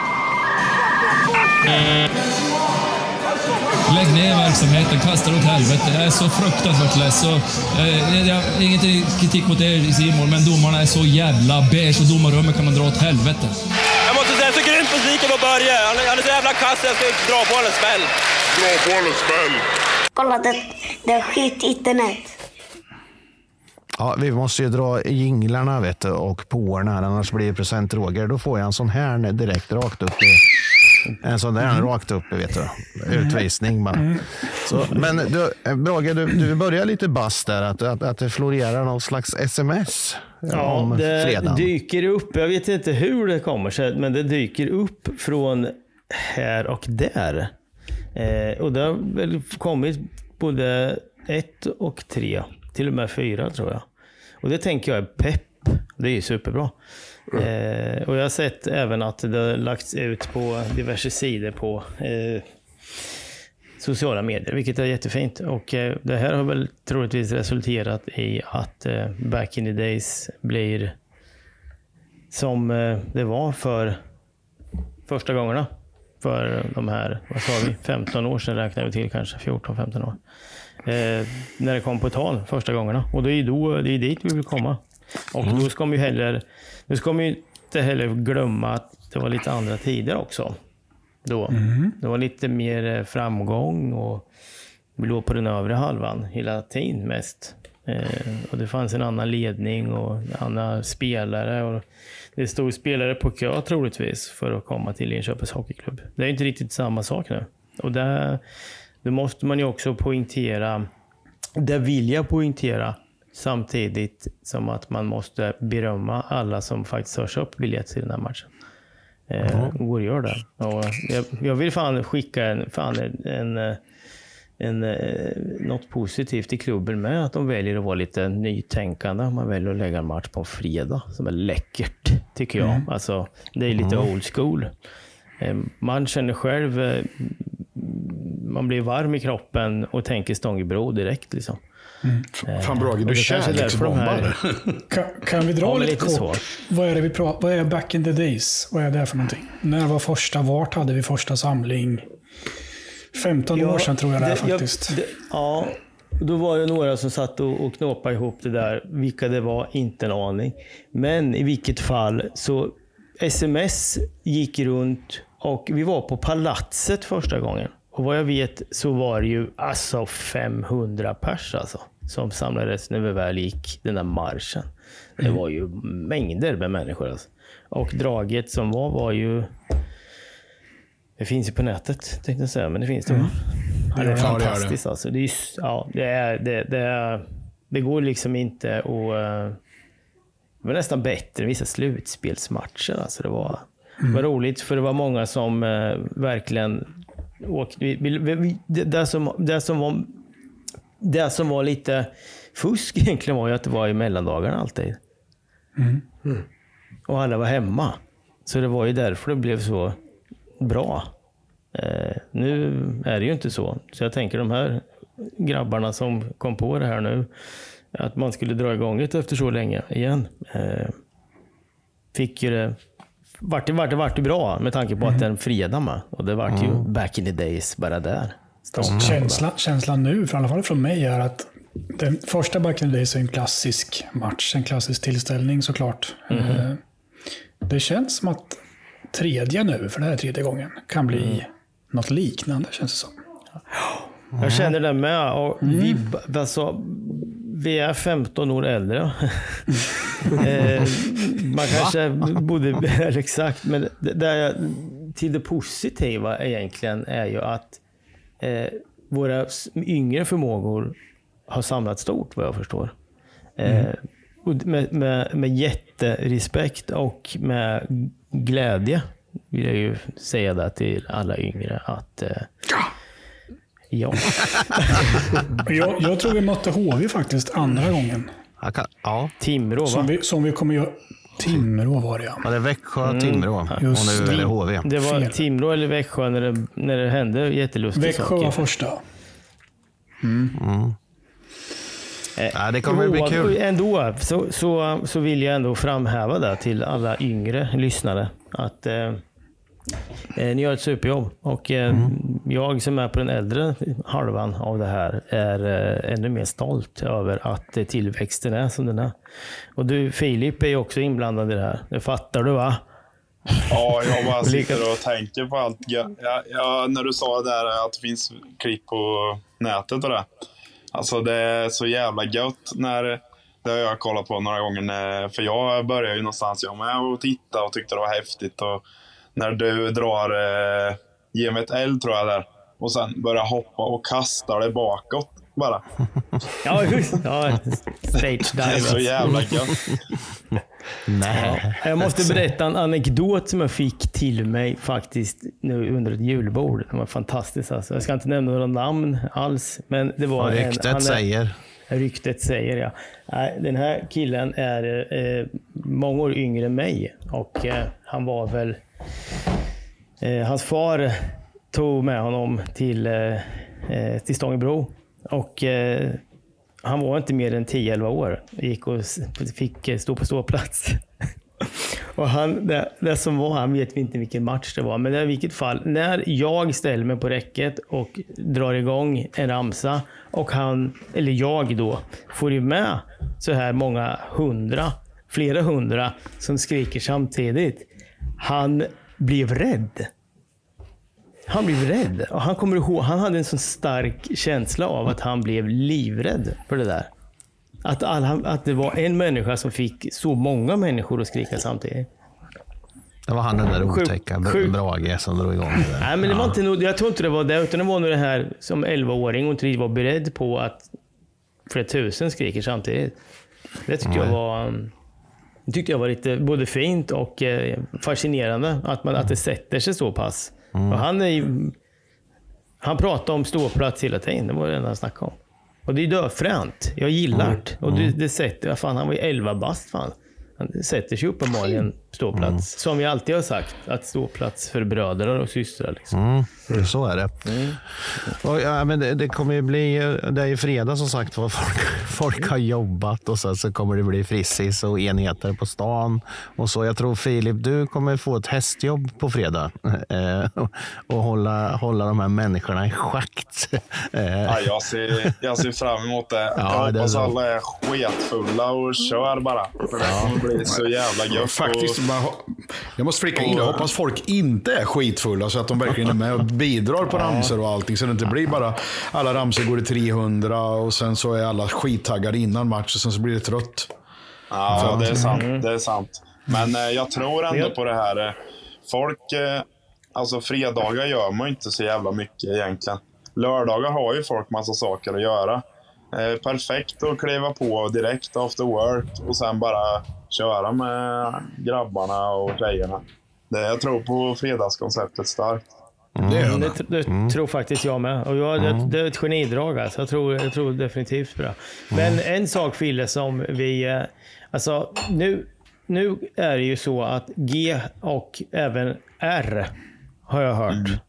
Lägg ner verksamheten, kasta åt helvete. Jag är så fruktansvärt less. Så, eh, jag har inget kritik mot er i Simon, men domarna är så jävla beige och domarrummet kan man dra åt helvete. Jag måste säga, så grymt besviken på Börje. Han, han är så jävla kass, jag ska dra på honom smäll. Dra på honom smäll. Kolla, det, det är skit internet. Ja, vi måste ju dra jinglarna vet du, och påarna här, annars blir det present Roger. Då får jag en sån här direkt rakt upp i en sån där mm. rakt upp, vet du. Utvisning bara. Mm. Så, men du, Brage, du, du börjar lite bass där, att, att, att det florerar någon slags sms ja, om det fredagen. Dyker upp, jag vet inte hur det kommer sig, men det dyker upp från här och där. Eh, och det har väl kommit både ett och tre, till och med fyra tror jag. Och det tänker jag är pepp. Det är ju superbra. Mm. Eh, och jag har sett även att det har lagts ut på diverse sidor på eh, sociala medier, vilket är jättefint. Och eh, det här har väl troligtvis resulterat i att eh, Back in the Days blir som eh, det var för första gångerna. För de här, vad sa vi, femton år sedan räknar vi till, kanske fjorton femton år. Eh, när det kom på tal första gångerna. Och det är ju då, det är dit vi vill komma. Och mm. då ska man ju heller, då ska man ju inte heller glömma att det var lite andra tider också. Då. Mm. Det var lite mer framgång och vi låg på den övre halvan hela tiden mest. Eh, och det fanns en annan ledning och andra spelare. Och det stod spelare på kö troligtvis för att komma till Linköpings hockeyklubb. Det är inte riktigt samma sak nu. Och där, då måste man ju också poängtera, det vill jag poängtera, samtidigt som att man måste berömma alla som faktiskt har köpt biljett till den här matchen. Eh, mm. Går och gör det. Och jag, jag vill fan skicka en, fan en, en, en, något positivt i klubben med att de väljer att vara lite nytänkande. Man väljer att lägga en match på en fredag som är läckert, tycker jag. Mm. Alltså, det är lite mm. old school. Eh, man känner själv, eh, man blir varm i kroppen och tänker Stångebro direkt liksom. Mm. Fan Brage, du kärleksbombar. Kan, kan vi dra ja, lite, lite kort? Svår. Vad är det vi pratar, vad är Back in the Days? Vad är det för någonting? När var första, vart hade vi första samling? femton ja, år sedan tror jag det är faktiskt. Jag, det, ja, då var det några som satt och, och knåpade ihop det där. Vilka det var, inte en aning. Men i vilket fall så sms gick runt och vi var på Palatset första gången. Och vad jag vet så var det ju alltså femhundra pers alltså, som samlades när vi väl gick den där marschen. Det mm. var ju mängder med människor alltså. Och draget som var var ju, det finns ju på nätet tänkte jag säga, men det finns det. Mm. Ja, det är ja, fantastiskt det är det. Alltså. Det är, ja, det är, det, det är, det går liksom inte att, det var nästan bättre än vissa slutspelsmatcher alltså. Det var, mm. var roligt för det var många som eh, verkligen och vi, vi, vi, det, det, som, det, som var, det som var lite fusk egentligen var ju att det var i mellandagarna alltid. Mm. Mm. Och alla var hemma. Så det var ju därför det blev så bra. Eh, nu är det ju inte så. Så jag tänker de här grabbarna som kom på det här nu, att man skulle dra igång det efter så länge igen. Eh, fick ju det Vart det, vart det vart det bra med tanke på mm. att den fredag med. Och det vart mm. ju back in the days bara där. Mm. Känsla, känslan nu, för i alla fall från mig, är att den första back in the days är en klassisk match. En klassisk tillställning såklart. Mm. Det känns som att tredje nu, för det här är tredje gången, kan bli mm. något liknande, känns det som. Mm. Jag känner det med. Och mm. vi, alltså, vi är femton år äldre. eh, man kanske borde, exakt, men det, det, till det positiva egentligen är ju att eh, våra yngre förmågor har samlat stort, vad jag förstår. Eh, mm. och med, med, med jätterespekt och med glädje vill jag ju säga det till alla yngre att eh, ja. jag, jag tror vi mötte H V faktiskt andra gången. Ja. Timrå, va? Som vi, som vi kommer göra. Timrå var det, ja. Ja, det är Växjö, Timrå. Mm. Just, och nu är det H V. Det var fel. Timrå eller Växjö när det, när det hände jättelustiga Växjö saker. Växjö var första. Mm. Mm. Eh, ja, det kommer att bli kul. Ändå så, så, så vill jag ändå framhäva det till alla yngre lyssnare. Att eh, ni gör ett superjobb. Och eh, mm. jag som är på den äldre halvan av det här är eh, ännu mer stolt över att eh, tillväxten är som den är. Och du, Filip, är ju också inblandad i det här. Det fattar du, va? Ja, jag bara sitter och tänker på allt. Ja, ja, när du sa där att det finns klipp på nätet och det. Alltså det är så jävla gött när Det har jag kollat på några gånger. När, för jag började ju någonstans jag med och titta och tyckte det var häftigt. Och när du drar eh, ge mig ett L tror jag där. Och sen börjar hoppa och kasta det bakåt bara. Ja, just ja, stage dive. Det är så jävla gött. Nej. Jag måste berätta en anekdot som jag fick till mig faktiskt nu under ett julbord. Det var fantastiskt alltså. Jag ska inte nämna några namn alls. Men det var ja, ryktet en, han är, säger. Ryktet säger, ja. Den här killen är eh, många år yngre än mig. Och eh, han var väl... Eh, hans far tog med honom till, eh, till Stångebro. Och eh, han var inte mer än tio elva år. Gick och fick stå på ståplats. Och han, det, det som var, han vet vi inte vilken match det var. Men i vilket fall, när jag ställer mig på räcket och drar igång en ramsa. Och han, eller jag då, får ju med så här många hundra, flera hundra som skriker samtidigt. Han blev rädd. Han blev rädd. Och han kommer ihåg, han hade en sån stark känsla av att han blev livrädd för det där. Att, alla, att det var en människa som fick så många människor att skrika samtidigt. Det var han den där otäcka Brage som drog igång det. Nej, men det var inte nog, jag tror inte det var det, utan det var nog det här som elva-åring och inte var beredd på att flera tusen skriker samtidigt. Det tyckte jag var... Det tyckte jag var lite både fint och eh, fascinerande att, man, att det sätter sig så pass. Mm. Och han är ju, han pratar om ståplats hela tiden. Det var det enda han snackade om. Och det är döfränt. Jag gillar mm. det. Och det, det sätter, fan, han var ju elva bast fan. Han sätter sig uppenbarligen ståplats. Mm. Som vi alltid har sagt, att ståplats för bröder och systrar. Liksom. Mm. Så är det. Mm. Och, ja, men det, det kommer ju bli, det är ju fredag som sagt vad folk, folk har jobbat och sen så kommer det bli frissis och enheter på stan. Och så jag tror Filip, du kommer få ett hästjobb på fredag eh, och hålla, hålla de här människorna i schakt. Eh. Ja, jag, ser, jag ser fram emot det. Jag ja, hoppas det alla är sketfulla och kör bara. För det kommer bli så jävla gött. Faktiskt, och, jag måste flika in, jag hoppas folk inte är skitfulla så att de verkligen är med och bidrar på ramsor och allting, så det inte blir bara alla ramsor går i trehundra och sen så är alla skittaggade innan match och sen så blir det trött. Ja, så, det är sant, mm. det är sant. Men eh, jag tror ändå på det här. Eh, folk, eh, alltså fredagar gör man inte så jävla mycket egentligen. Lördagar har ju folk massa saker att göra. Eh, perfekt att kliva på direkt after work och sen bara köra med grabbarna och tjejerna. Det, jag tror på fredagskonceptet starkt. Mm. Det, det, det mm. tror faktiskt jag med. Och jag, mm. det, det är ett genidrag. Alltså. Jag, tror, jag tror definitivt på det. Men mm. en sak, Fille, som vi... Alltså, nu, nu är det ju så att G och även R, har jag hört, mm.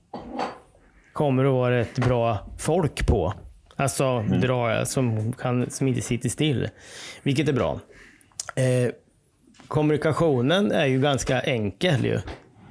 kommer att vara ett bra folk på. Alltså, mm. dra, som, kan, som inte sitter still. Vilket är bra. Eh, kommunikationen är ju ganska enkel ju.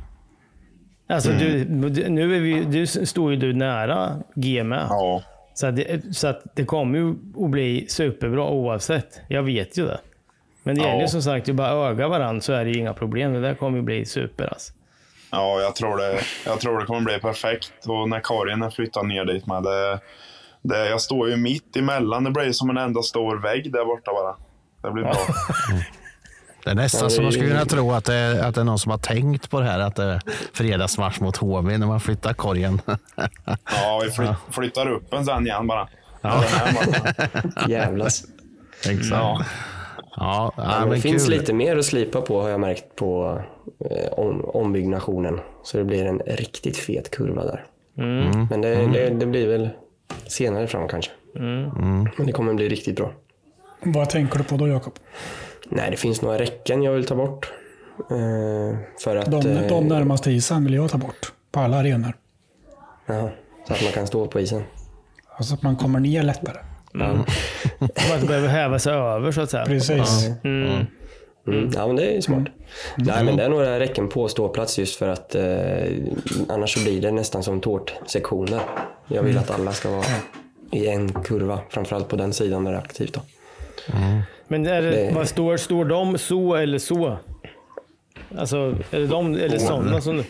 Alltså mm. du, nu är vi, du står ju du nära G med. Ja. Så, att det, så att det kommer ju att bli superbra oavsett. Jag vet ju det. Men det gäller ja. som sagt, du bara öga varandra så är det ju inga problem. Det där kommer ju bli super alltså. Ja, jag tror det, jag tror det kommer bli perfekt. Och när Karin är flyttat ner dit med det, det, jag står ju mitt emellan. Det blir som en enda stor vägg där borta bara. Det blir bra. Det är nästan som man skulle kunna tro att det, är, att det är någon som har tänkt på det här, att det är fredagsmatch mot H V när man flyttar korgen. Ja, vi flytt, flyttar upp en sen igen bara. Ja. Jävlas. Exakt. Ja. Ja, ja, men men det finns kul. lite mer att slipa på, har jag märkt på eh, om, ombyggnationen. Så det blir en riktigt fet kurva där. Mm. Men det, mm. det, det blir väl senare fram kanske. Mm. Mm. Men det kommer bli riktigt bra. Vad tänker du på då, Jakob? Nej, det finns några räcken jag vill ta bort. Eh, för att, de, eh, de närmaste isen vill jag ta bort. På alla arenor. Jaha, så att man kan stå på isen. Alltså att man kommer ner lättare. Mm. Man inte behöver häva sig över så att säga. Precis. Mm. Mm. Mm. Ja, men det är smart. Mm. Nej, men det är några räcken på ståplats just för att eh, annars så blir det nästan som tårtsektioner. Jag vill att alla ska vara i en kurva, framförallt på den sidan där det är aktivt då. Mm. Men är det, det... vad står, står de så eller så? Alltså, är det de eller sådana som...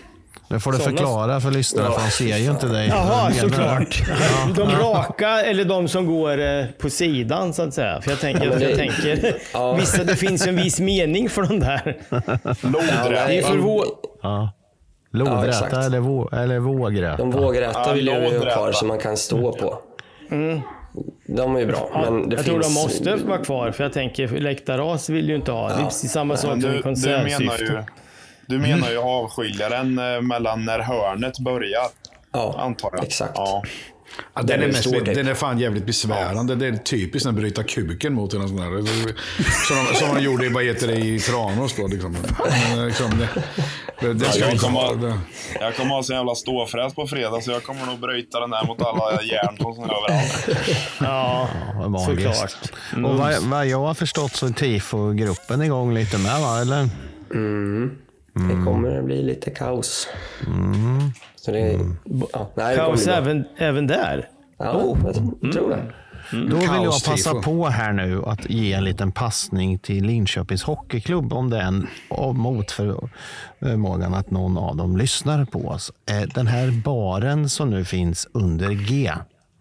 Nu får du Såna... förklara för lyssnarna, ja. För de ser ju inte dig. Jaha, såklart. Ja. De raka eller de som går på sidan så att säga. För jag tänker, ja, det... jag tänker ja. Vissa, det finns en viss mening för de där. Lodräta. Det är för vår... Ja. Lodräta ja, eller, vå... eller vågräta. De vågräta ja, vill jag ju ha kvar som man kan stå på. Mm. De är ju bra. Ja, men det jag finns... tror de måste vara kvar. För jag tänker, läktaras vill ju inte ha. Ja. Det är precis samma sak du, som i konsertsyfte. Du menar ju avskiljaren mellan när hörnet börjar. Ja, antar jag. Exakt. Ja. Ja, den, är mest, den är fan jävligt besvärande. Ja. Det är typiskt att bryta kuken mot en sån där. Som de, som de gjorde i, vad heter det, i Tranås då. Liksom. liksom det, det, det ja, jag, kommer, det. jag kommer ha så jävla ståfräs på fredag, så jag kommer nog bryta den där mot alla järn som är överallt. Ja, ja såklart. Mm. Och vad, vad jag har förstått så är tifo-gruppen igång lite med, va? Eller? Mm. Det kommer att bli lite kaos. Mm. Så det, mm. ja, nej, kaos det även, även där? Ja, oh, jag tror det. Mm. Då vill jag passa på här nu att ge en liten passning till Linköpings hockeyklubb, om det är en mot förmågan att någon av dem lyssnar på oss. Den här baren som nu finns under G,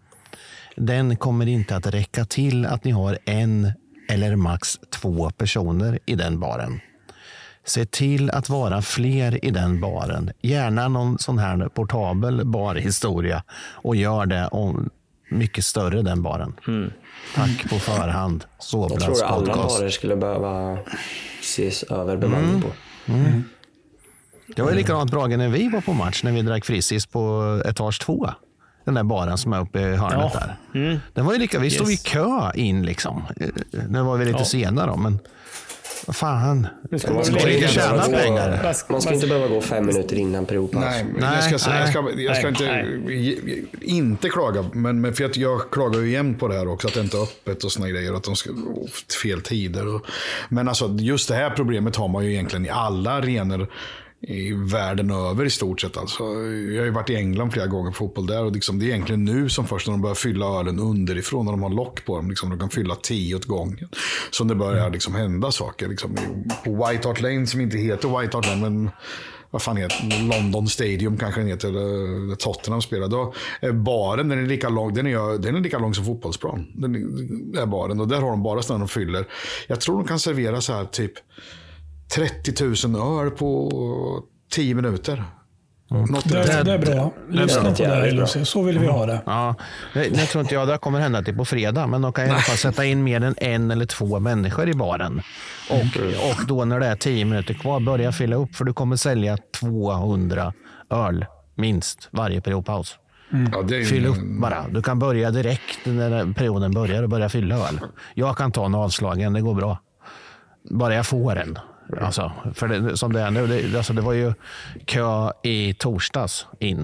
den kommer inte att räcka till att ni har en eller max två personer i den baren. Se till att vara fler i den baren. Gärna någon sån här portabel barhistoria. Och gör det om mycket större, den baren. Mm. Tack på förhand. Jag tror att alla barer skulle behöva ses över bemanning mm. på. Mm. Det var ju likadant bra när vi var på match. När vi drack Frisis på etage två. Den där baren som är uppe i hörnet ja. där. Mm. Den var ju lika, vi yes. stod i kö in liksom. Nu var vi lite ja. sena då, men... Vad fan? Ska man, ska inte tjäna pengar. Man ska inte behöva gå fem minuter innan periodpaus. Nej, nej, jag ska, säga, jag ska, jag ska nej, inte, nej. inte klaga. Men, men för att jag klagar ju jämt på det här också. Att det inte är öppet och såna grejer. Att de ska oh, fel tider. Och, men alltså just det här problemet har man ju egentligen i alla arenor i världen över i stort sett. Alltså, jag har ju varit i England flera gånger på fotboll där, och liksom, det är egentligen nu som först när de börjar fylla ölen underifrån, när de har lock på dem, liksom, de kan fylla tio åt gången, så det börjar liksom hända saker liksom, på White Hart Lane, som inte heter White Hart Lane, men vad fan heter London Stadium kanske den heter, där Tottenham spelar. Då är baren, den är lika lång, den är, den är lika lång som fotbollsplan. Den är baren, och där har de bara sådana de fyller. Jag tror de kan servera så här typ trettio tusen öl på tio minuter. Mm. Det, det, det är bra. Lyssna på det här, så vill vi ha det. Ja, jag tror inte jag det kommer hända till på fredag, men de kan i alla fall sätta in mer än en eller två människor i baren. Och, och då när det är tio minuter kvar börja fylla upp, för du kommer sälja tvåhundra öl minst varje periodpaus. Mm. Ja, ju... Fyll upp bara. Du kan börja direkt när perioden börjar och börja fylla öl. Jag kan ta en avslagen, det går bra. Bara jag får en. Alltså, för det, som det är nu, det, alltså det var ju kö i torsdags in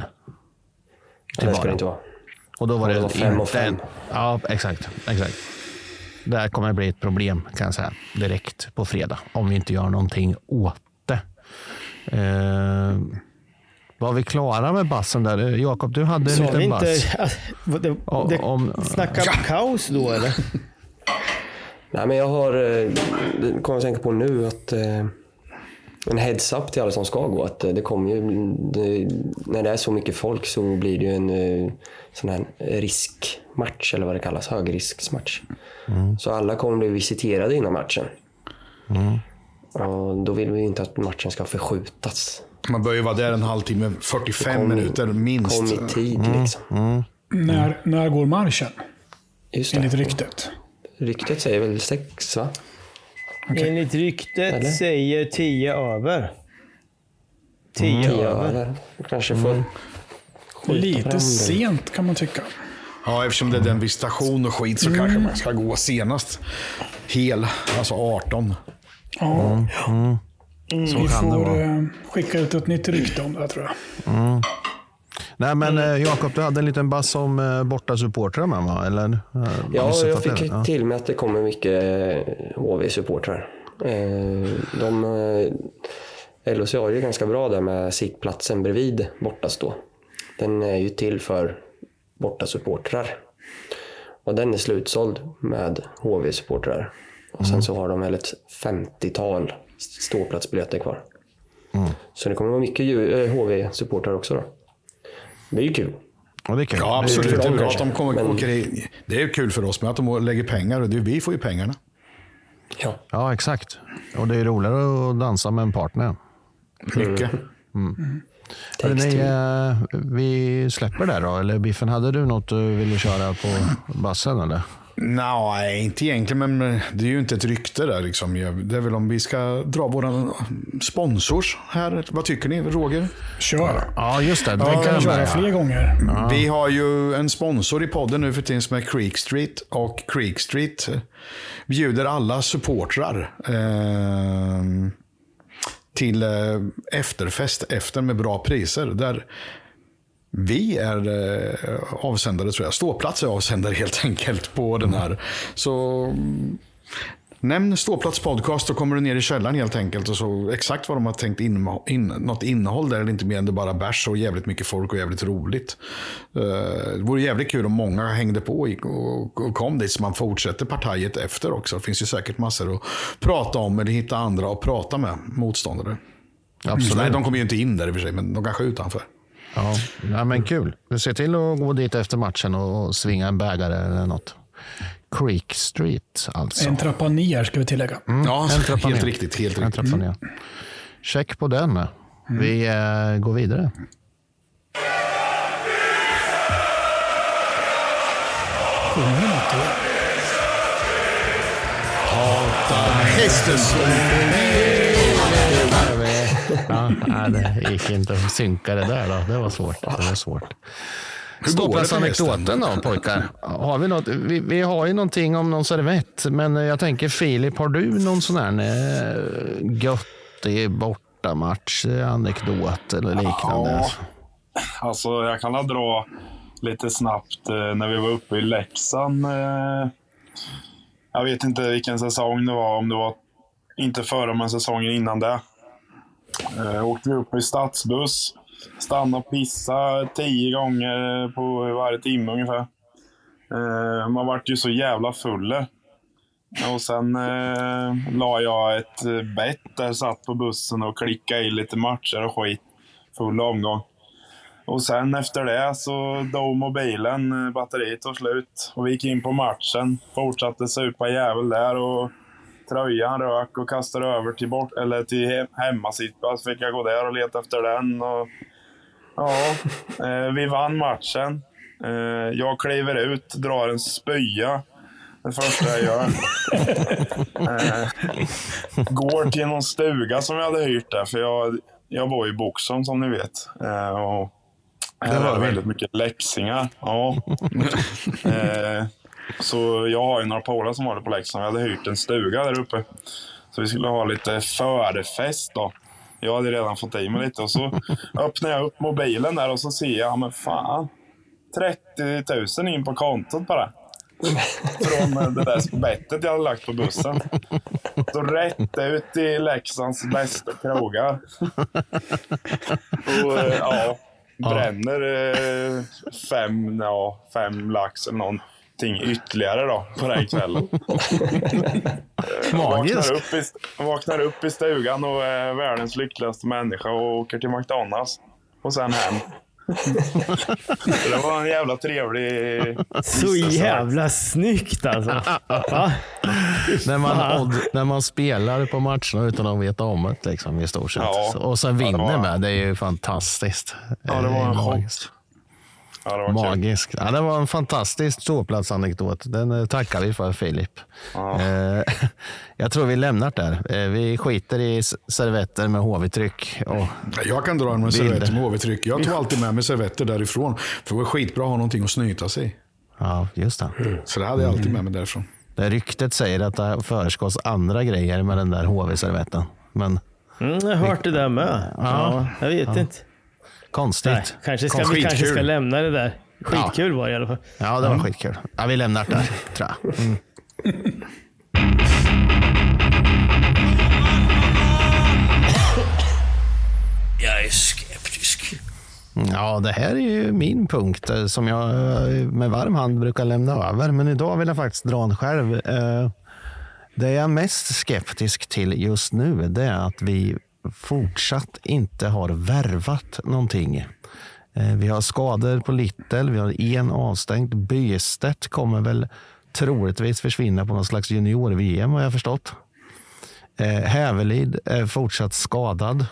till det inte vara. Och då var det, det var fem och fem. Ja, exakt, exakt. Det här kommer bli ett problem, kan jag säga, direkt på fredag, om vi inte gör någonting åt det. Eh, var vi klara med bassen där? Jakob, du hade en liten bass. Det, det, det, om, snacka ja. kaos då, eller? Nej, men jag har, det kommer jag tänka på nu, att eh, en heads up till alla som ska gå, att det kommer ju, det, när det är så mycket folk så blir det ju en eh, sån här riskmatch, eller vad det kallas, högrisksmatch. Mm. Så alla kommer bli visiterade innan matchen. Mm. Och då vill vi inte att matchen ska förskjutas. Man bör ju vara där en halvtimme, fyrtiofem kom, minuter minst. Kom i tid liksom. Mm. Mm. När, när går marschen? Just det. Enligt ryktet. Ryktet säger väl sex, va? Okay. Enligt ryktet eller? Säger tio över. Tio, mm. över. över. Kanske får mm. lite sent kan man tycka. Ja, eftersom det är den visitation och skit så mm. kanske man ska gå senast hel, alltså arton. Ja. Mm. Mm. Mm. Så vi kan får det vara. Skicka ut ett nytt rykte om det, tror jag. Mm. Nej, men mm. Jakob, du hade en liten bass om eh, borta supportrar med, va? Eller? Ja, jag fick det? till med att det kommer mycket H V-supportrar. Eh, de, L O C är ju ganska bra där med sittplatsen bredvid bortastå. Den är ju till för bortasupportrar. Och den är slutsåld med H V-supportrar. Och sen mm. så har de väl ett femtiotal ståplatsbiljetter kvar. Mm. Så det kommer vara mycket H V-supportrar också då. Det är ju kul. Ja, det är kul. Ja, absolut. Det är, Det är kul bra att de kommer, men... åker i, det är kul för oss med att de lägger pengar och det, vi får ju pengarna. Ja. Ja, exakt. Och det är roligare att dansa med en partner. Mycket. Mm. Mm. Ni, eh, vi släpper det då, eller Biffen, hade du något du ville köra på bassen eller? Nej, inte egentligen, men det är ju inte ett rykte där liksom. Det är väl om vi ska dra våra sponsors här. Vad tycker ni, Roger? Kör. Ja, just det. Ja, kan vi köra fler gånger. Ja. Vi har ju en sponsor i podden nu för tiden som är Creek Street, och Creek Street bjuder alla supportrar eh, till eh, efterfest efter med bra priser där vi är eh, avsändare, tror jag. Ståplats är avsändare helt enkelt på den här. Så nämn Ståplats podcast, och kommer du ner i källaren helt enkelt. Och så exakt vad de har tänkt in, in något innehåll där, eller inte mer än det bara bärs och jävligt mycket folk och jävligt roligt. Uh, det vore jävligt kul om många hängde på och, och kom dit så man fortsätter partiet efter också. Det finns ju säkert massor att prata om eller hitta andra att prata med motståndare. Absolut. Nej, de kommer ju inte in där i och för sig, men de kanske är utanför. Ja, ja, men kul. Vi ser till att gå dit efter matchen och svinga en bägare eller något. Creek Street alltså. En trappa ner ska vi tillägga. Mm. Ja, en trappa helt ner. riktigt. Helt en riktigt. Trappa ner. Check på den. Mm. Vi äh, går vidare. Sjunger du något då? Hata hästen som Ja, det gick inte att synka det där då. Det var svårt. Det var svårt. Ståplatsanekdoten då, pojkar. Har vi, något? Vi, vi har ju någonting om någon servett, men jag tänker Filip, har du någon sån här eh, göttig bortamatch anekdot eller liknande? Ja, alltså jag kan dra lite snabbt eh, när vi var uppe i Leksand. Eh, jag vet inte vilken säsong det var, om det var inte förra men säsongen innan det. Eh, åkte vi upp i stadsbuss, stannade och pissa tio gånger på varje timme ungefär. Eh, man vart ju så jävla full. Och sen eh, la jag ett bett där, satt på bussen och klickade i lite matcher och skit. Full omgång. Och sen efter det så dog mobilen, batteriet tog slut. Och vi gick in på matchen, fortsatte supa jävel där och tröjan rök och kastade över till, bort, eller till hemmasittpass. Fick jag gå där och leta efter den. Och, ja, eh, vi vann matchen. Eh, jag kliver ut, drar en spya. Det första jag gör. eh, går till någon stuga som jag hade hyrt där. För jag, jag bor i Boxholm som ni vet. Eh, och det var väldigt mycket läxingar. Ja. eh, Så jag har ju några polare som håller på Leksand. Jag hade hyrt en stuga där uppe. Så vi skulle ha lite förefest då. Jag hade redan fått i mig lite. Och så öppnar jag upp mobilen där och så ser jag, ja men fan, trettio tusen in på kontot bara. Från det där bettet jag hade lagt på bussen. Så rätt ut i Leksands bästa krogar. Och ja, bränner fem, ja, fem lax eller någon ytterligare då på den kvällen. vaknar, upp i, vaknar upp i stugan och är världens lyckligaste människa och åker till McDonalds och sen hem. Det var en jävla trevlig. Så jävla snyggt alltså. när, man, och, när man spelar på matcherna utan att veta om det liksom, i stort sett. Ja. Och sen vinner ja, det var... med, det är ju fantastiskt. Ja, det var en magiskt. Ja, det var Magisk. Ja, det var en fantastisk ståplatsanekdot. Den tackar vi för, Filip. Ja. Eh, jag tror vi lämnar där. Eh, vi skiter i servetter med H V-tryck. Och jag kan dra med servetter med H V-tryck. Jag tog alltid med mig servetter därifrån. För det var skitbra att ha någonting att snyta sig i. Ja, just det. Mm. Så det hade jag alltid med mig därifrån. Det ryktet säger att det föreskås andra grejer med den där H V-servetten. Men... Mm, jag har hört det där med. Ja, ja jag vet ja. inte. Konstigt. Nej, kanske ska, vi kanske ska lämna det där. Skitkul ja. var det i alla fall. Ja, det var mm. skitkul. Ja, vi lämnar det där, tror jag. Mm. Jag är skeptisk. Ja, det här är ju min punkt som jag med varm hand brukar lämna över. Men idag vill jag faktiskt dra en själv. Det jag är mest skeptisk till just nu, det är att vi fortsatt inte har värvat någonting. Vi har skador på Little, vi har en avstängt. Bystedt kommer väl troligtvis försvinna på någon slags junior-V M, har jag förstått. Hävelid är fortsatt skadad.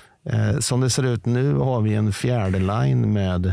Som det ser ut nu har vi en fjärde line med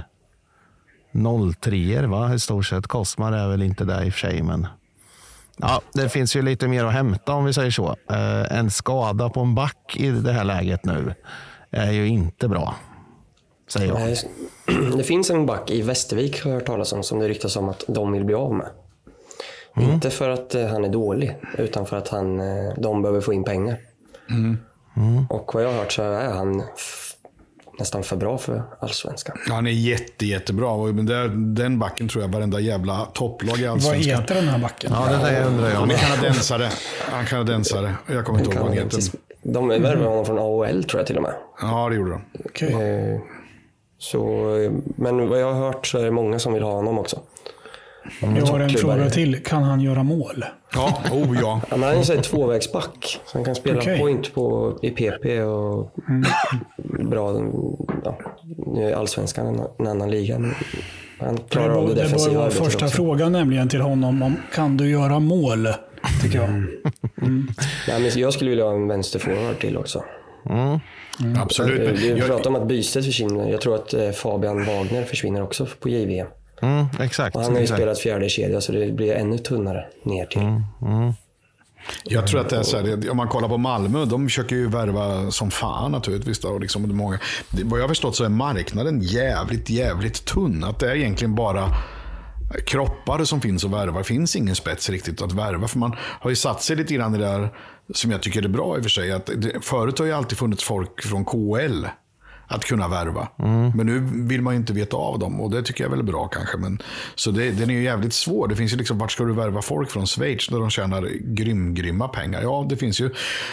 noll tre, va? I stort sett. Kosmar är väl inte där i och för sig, men ja, det finns ju lite mer att hämta om vi säger så. Eh, en skada på en back i det här läget nu är ju inte bra, säger jag. Nej, det finns en back i Västervik, har jag hört talas om, som det ryktas om att de vill bli av med. Mm. Inte för att eh, han är dålig, utan för att han, eh, de behöver få in pengar. Mm. Mm. Och vad jag har hört så är han f- nästan för bra för allsvenskan. Ja, han är jätte, jättebra. Men där, den backen tror jag varenda jävla topplag i allsvenskan. Vad heter den här backen? Ja, det där undrar jag. Han är kanadensare. Han är kanadensare. Jag kommer inte ihåg vad han heter. De värvade honom från A H L, tror jag till och med. Ja, det gjorde de. Okay. Eh, så, men vad jag har hört så är det många som vill ha honom också. Mm. Jag har en fråga till. Kan han göra mål? Ja, oh ja. Ja, men han är en tvåvägsback. Så han kan spela okay. point på, i P P och mm. bra. Ja, nu är allsvenskan en, en annan liga. Men han klarar det av det defensiva. Det var första också. Frågan nämligen till honom. Om, kan du göra mål? Tycker jag. Mm. Mm. Ja, men jag skulle vilja ha en vänsterforward till också. Mm. Mm. Absolut. Vi pratar om att Bystedt försvinner. Jag tror att Fabian Wagner försvinner också på J V M. Mm, exakt. Och han har ju exakt. spelat fjärde kedja, så det blir ännu tunnare ner till. Mm, mm. Jag tror att det är så här, om man kollar på Malmö, de försöker ju värva som fan naturligtvis. Då, och liksom många, vad jag har förstått så är marknaden jävligt, jävligt tunn. Att det är egentligen bara kroppar som finns att värva. Det finns ingen spets riktigt att värva. För man har ju satt sig lite grann i det där som jag tycker är bra i och för sig. Att det, förut har ju alltid funnits folk från K L att kunna värva. Mm. Men nu vill man ju inte veta av dem. Och det tycker jag är väl bra kanske. Men, så det, den är ju jävligt svår. Det finns ju liksom, vart ska du värva folk från Schweiz där de tjänar grym, grymma pengar? Ja, det finns ju.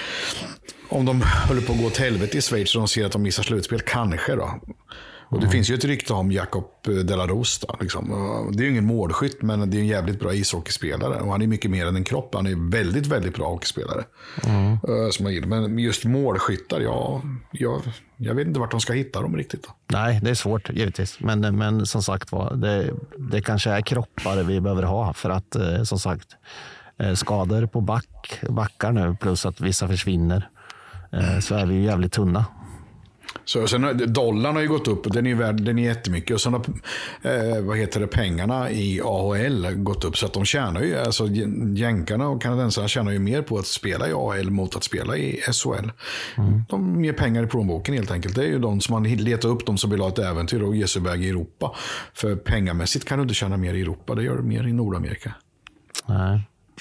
Om de håller på att gå till helvete i Schweiz och de ser att de missar slutspel, kanske då. Och det mm. finns ju ett rykte om Jakob De La Rosa. Liksom. Det är ju ingen målskytt, men det är en jävligt bra ishockeyspelare. Och han är mycket mer än en kropp. Han är väldigt, väldigt bra hockeyspelare. Mm. Som jag gillar. Men just målskyttar, ja, jag, jag vet inte vart de ska hitta dem riktigt. Då. Nej, det är svårt givetvis. Men, men som sagt var, det, det kanske är kroppar vi behöver ha. För att, som sagt, skador på back, backar nu, plus att vissa försvinner. Så är vi ju jävligt tunna. Så sen, dollarn har ju gått upp, den är ju värd, den är jättemycket. Och sen har eh, vad heter det, pengarna i A H L gått upp. Så att de tjänar ju, alltså jänkarna och kanadensarna tjänar ju mer på att spela i A H L mot att spela i S H L. Mm. De ger pengar i plånboken helt enkelt. Det är ju de som man letar upp, de som vill ha ett äventyr och ge sig iväg i Europa. För pengamässigt kan du inte tjäna mer i Europa, det gör du mer i Nordamerika. Nej.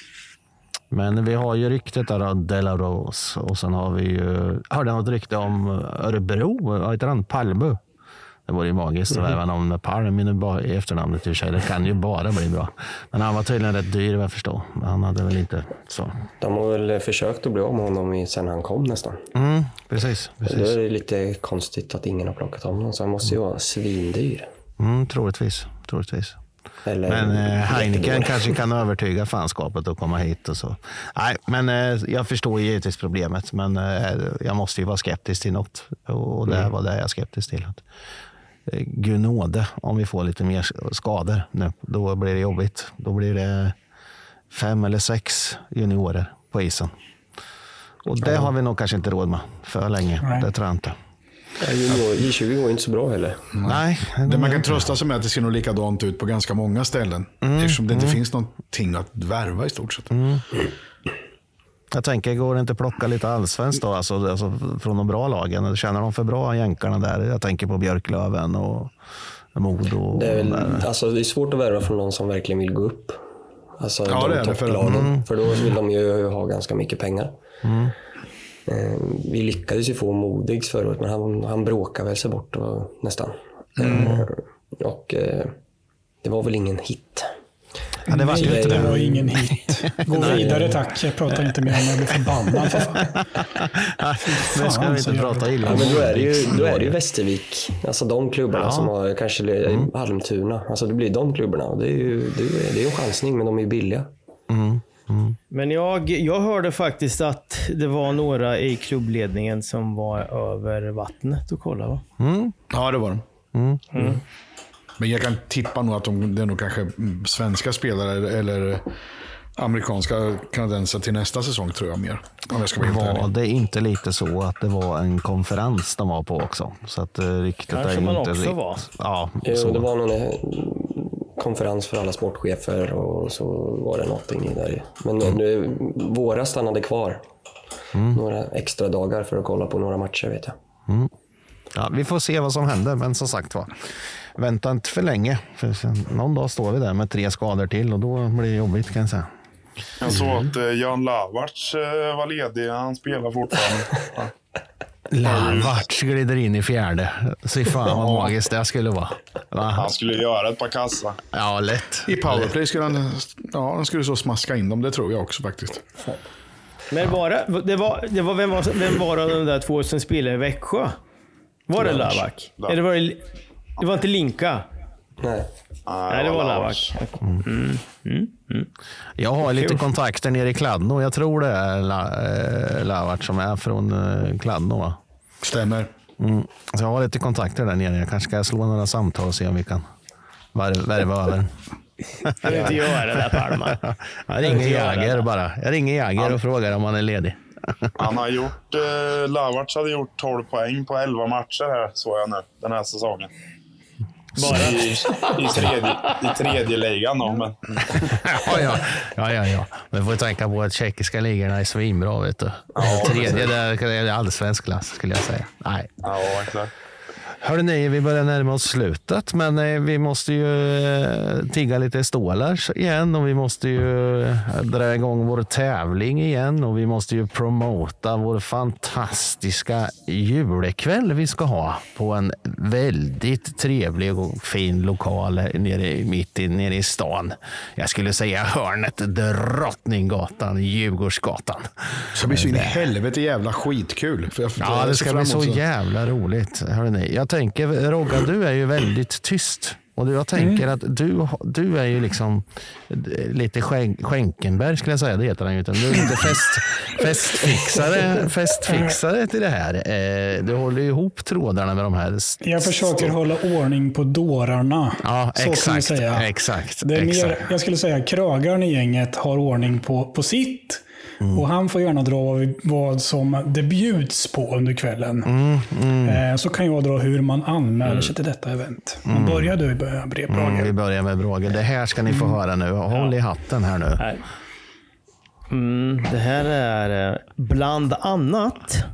Men vi har ju ryktet där av De La Rosa. Och sen har vi ju, hörde jag något rykte om Örebro, vad heter han? Palme. Det var ju magiskt att värva någon med Palm i efternamnet i sig. Det kan ju bara bli bra. Men han var tydligen rätt dyr, vad jag förstår. Han hade väl inte så. De har väl försökt att bli av med honom sen han kom nästan. Mm, precis. precis. Det är lite konstigt att ingen har plockat om honom. Så han måste ju vara svindyr. Mm, troligtvis. troligtvis. Eller, men eh, Heineken kanske kan övertyga fanskapet att komma hit och så. Nej, men eh, jag förstår ju givetvis problemet, men eh, jag måste ju vara skeptisk till något. Och det mm. var det jag är skeptisk till. Att, eh, Gud nåde, om vi får lite mer skador nu, då blir det jobbigt. Då blir det fem eller sex juniorer på isen. Och det har vi nog kanske inte råd med för länge. Nej. Det tror jag inte. J tjugo går inte så bra heller. Nej. Det man kan trösta sig med att det ser nog likadant ut på ganska många ställen. Mm, eftersom det inte mm. finns någonting att värva i stort sett. Mm. Jag tänker, går det inte plocka lite allsvenskt då? Alltså, alltså från de bra lagen. Känner de för bra jänkarna där? Jag tänker på Björklöven och Modo. Det är, väl, alltså, det är svårt att värva från någon som verkligen vill gå upp. Alltså ja, de det är det för, mm. för då vill de ju ha ganska mycket pengar. Mm. Vi lyckades ju få Modigs förut, men han, han bråkade väl sig bort och, nästan. Mm. Och det var väl ingen hit. Ja, det var, Nej, det. det var ingen hit. Gå vidare tack, jag pratar inte mer om jag blir förbannad. För fan. Men ska vi inte prata illa om. Ja, men då är det ju, då är det ju Västervik. Alltså de klubbarna ja. som har kanske mm. Halmtuna. Alltså det blir de klubbarna. Och det är ju det är, det är en chansning, men de är ju billiga. Mm. Mm. Men jag, jag hörde faktiskt att det var några i klubbledningen som var över vattnet och kollade, va? Mm. Ja, det var de. Mm. Mm. Men jag kan tippa nog att de, det är nog kanske svenska spelare eller amerikanska kanadenser till nästa säsong, tror jag mer. Om jag ska vara helt ärlig. Var det inte lite så att det var en konferens de var på också? Så att det riktigt kanske är man inte också rikt... var. Ja, jo, så. det var någon konferens för alla sportchefer och så var det någonting där. Men mm. nu, våra stannade kvar. Mm. Några extra dagar för att kolla på några matcher, vet jag. Mm. Ja, vi får se vad som händer, men som sagt var, vänta inte för länge. För sen, någon dag står vi där med tre skador till och då blir det jobbigt, kan jag säga. Jag såg att eh, Jan Lavarts eh, var ledig. Han spelar fortfarande. Ja. Lavarts glider in i fjärde. Så fan vad magiskt det skulle vara. Va? Han skulle göra ett par kassa. Ja, lätt. I powerplay skulle han, ja, han skulle så smaska in dem, det tror jag också faktiskt. Men var det, det var, det var, vem var, vem var de där två som spelade i Växjö? Var det Lavak? Eller var det, det var inte Linka? Nej. Nej, det var Lavak. Mm. Mm. Mm. Jag har lite kontakter nere i Kladno. Jag tror det är La, äh, Lavak som är från äh, Kladno, va? Stämmer. Mm. Så jag har lite kontakter där nere. Jag kanske ska slå några samtal och se om vi kan värva över. Kan du inte göra det där, Palma? Jag ringer Jäger bara. Jag ringer Jäger och frågar om han är ledig. Han har gjort, eh, Lavarts hade gjort tolv poäng på elva matcher här, såg jag nu, den här säsongen. Bara i, i, tredje, i tredje ligan då, men... ja, ja, ja, ja, ja. Men får tänka på att tjeckiska ligorna är svinbra, vet du. Ja, tredje, det är allsvensk klass, skulle jag säga. Nej. Ja, verkligen. Hörde ni, vi börjar närma oss slutet, men eh, vi måste ju eh, tigga lite stålar igen och vi måste ju eh, dra igång vår tävling igen och vi måste ju promota vår fantastiska julekväll vi ska ha på en väldigt trevlig och fin lokal nere, mitt i, nere i stan. Jag skulle säga hörnet Drottninggatan, Djurgårdsgatan. Så blir så in i helvete jävla skitkul. För jag, ja, det ska bli så jävla roligt. Hörde ni, jag tänker, Rogga, du är ju väldigt tyst. Och jag tänker mm. att du, du är ju liksom lite skänk, Skänkenberg, skulle jag säga. Det heter han ju inte. Du är lite fest, festfixare, festfixare till det här. Du håller ju ihop trådarna med de här. St- jag försöker hålla ordning på dårarna. Ja, så exakt. kan jag säga. Exakt, det är exakt. Mer, jag skulle säga krögaren i gänget har ordning på, på sitt. Mm. Och han får gärna dra vad som det bjuds på under kvällen. Mm, mm. Eh, så kan jag dra hur man anmäler mm. sig till detta event. Man mm. börjar du i brevbråge. Mm, vi börjar med Bråge. Det här ska ni få mm. höra nu. Håll ja. i hatten här nu. Mm, det här är bland annat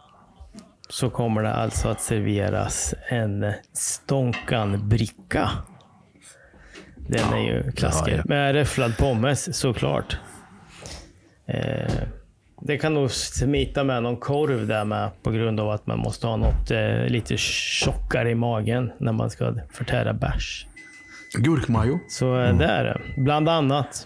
så kommer det alltså att serveras en stånkan-bricka. Den är ju klassiker. Ja, ja. Med räfflad pommes, såklart. Eh, det kan nog smita med någon korv där med på grund av att man måste ha något eh, lite tjockare i magen när man ska förtära bärs. Gurkmajo. Så eh, mm. det är det. Bland annat.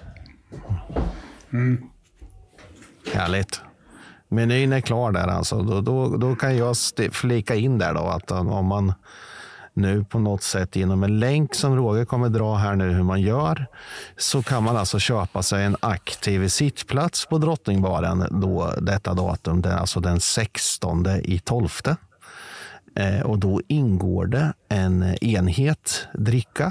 Mm. Härligt. Menyn är klar där alltså. Då, då, då kan jag flika in där då att om man nu på något sätt genom en länk som Roger kommer dra här nu hur man gör, så kan man alltså köpa sig en aktiv sittplats på Drottningbaren då detta datum, det är alltså den sextonde i tolfte. Eh, och då ingår det en enhet dricka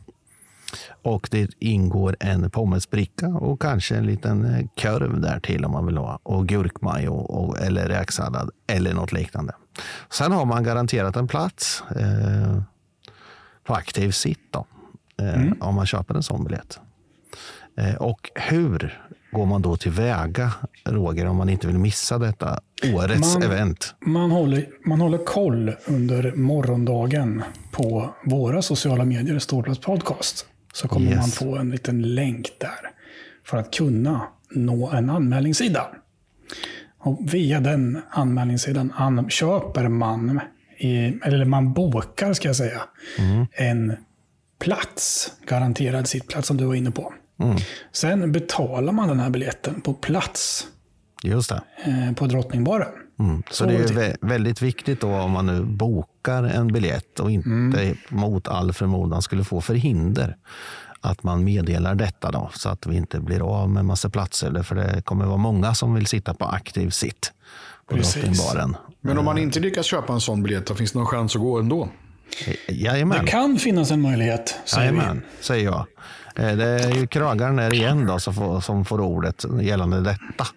och det ingår en pommesbricka och kanske en liten korv där till om man vill ha, och gurkmajo och, eller räksallad eller något liknande. Sen har man garanterat en plats eh, på aktiv sitt då, eh, mm. om man köper en sån biljett. Eh, och hur går man då tillväga, Roger, om man inte vill missa detta årets man, event? Man håller, man håller koll under morgondagen på våra sociala medier, Ståplats podcast. Så kommer yes. man få en liten länk där för att kunna nå en anmälningssida. Och via den anmälningssidan an- köper man, i, eller man bokar ska jag säga, mm. en plats, garanterad sittplats som du var inne på. Mm. Sen betalar man den här biljetten på plats. Just det. Eh, på Drottningbaren. Mm. Så, Så det är vä- väldigt viktigt då om man nu bokar en biljett och inte mm. mot all förmodan skulle få förhinder att man meddelar detta då, så att vi inte blir av med massa platser. För det kommer vara många som vill sitta på aktiv sitt på Drottningbaren. Men om man inte lyckas köpa en sån biljett, då finns det någon chans att gå ändå? Jajamän. Det kan finnas en möjlighet, säger Jajamän, vi. säger jag. Det är ju kragaren där igen då som får, som får ordet gällande detta.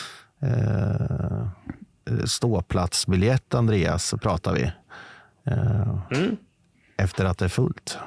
Ståplatsbiljett, Andreas, pratar vi. Mm. Efter att det är fullt.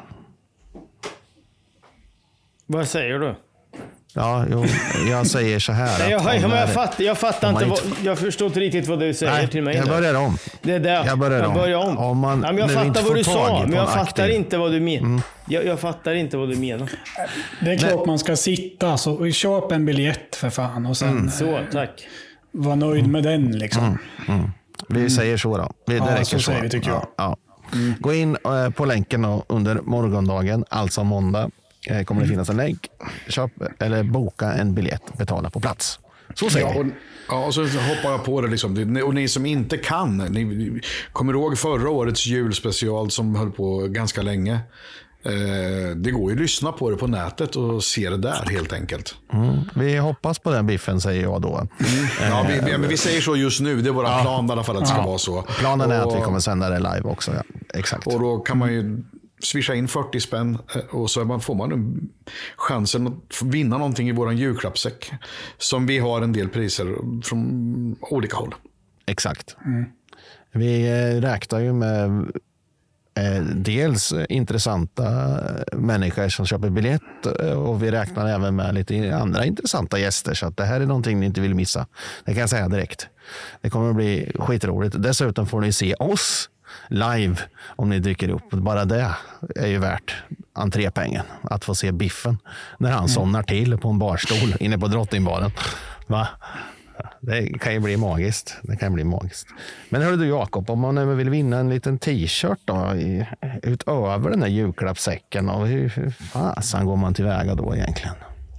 Vad säger du? Ja, jo, jag säger så här. Nej, jag, jag, jag, fattar, jag fattar inte, inte... Vad, jag förstår inte riktigt vad du säger Nej, till mig. Jag börjar om. Det är där. Jag börjar jag börjar om. om. om man, ja, men jag fattar vad du sa, men jag fattar aktiv. inte vad du menar. Mm. Jag, jag fattar inte vad du menar. Det är klart Nej. man ska sitta, så köp en biljett för fan och sen mm. så, tack. Var nöjd mm. med den liksom. Mm. Mm. Vi mm. säger så då. Det ja, räcker så. så. Säger vi, tycker jag. Ja. Ja. Mm. Gå in uh, på länken då, under morgondagen, alltså måndag. Kommer det finnas en länk. Köp eller boka en biljett, betala på plats. Så säger ja, och, ja, och så hoppar jag på det liksom. Och ni som inte kan, ni kommer ihåg förra årets julspecial som höll på ganska länge. Eh, det går ju att lyssna på det på nätet och se det där helt enkelt. Mm. Vi hoppas på den biffen, säger jag då. Mm. Ja, vi, vi, men vi säger så just nu. Det är våra ja. plan i alla fall att det ska ja. vara så. Planen är och, att vi kommer sända det live också. Ja. Exakt. Och då kan man ju swisha in fyrtio spänn och så får man chansen att vinna någonting i våran julklappssäck. Som vi har en del priser från olika håll. Exakt. Mm. Vi räknar ju med eh, dels intressanta människor som köper biljett och vi räknar även med lite andra intressanta gäster. Så att det här är någonting ni inte vill missa. Det kan jag säga direkt. Det kommer att bli skitroligt. Dessutom får ni se oss live om ni dyker upp. Bara det är ju värt entrépengen. Att få se Biffen när han mm. somnar till på en barstol inne på Drottningbaren. Va? Det kan ju bli magiskt. Det kan bli magiskt. Men hörru du Jakob, om man vill vinna en liten t-shirt då, i, utöver den här julklappssäcken, och hur, hur fasen går man tillväga då egentligen?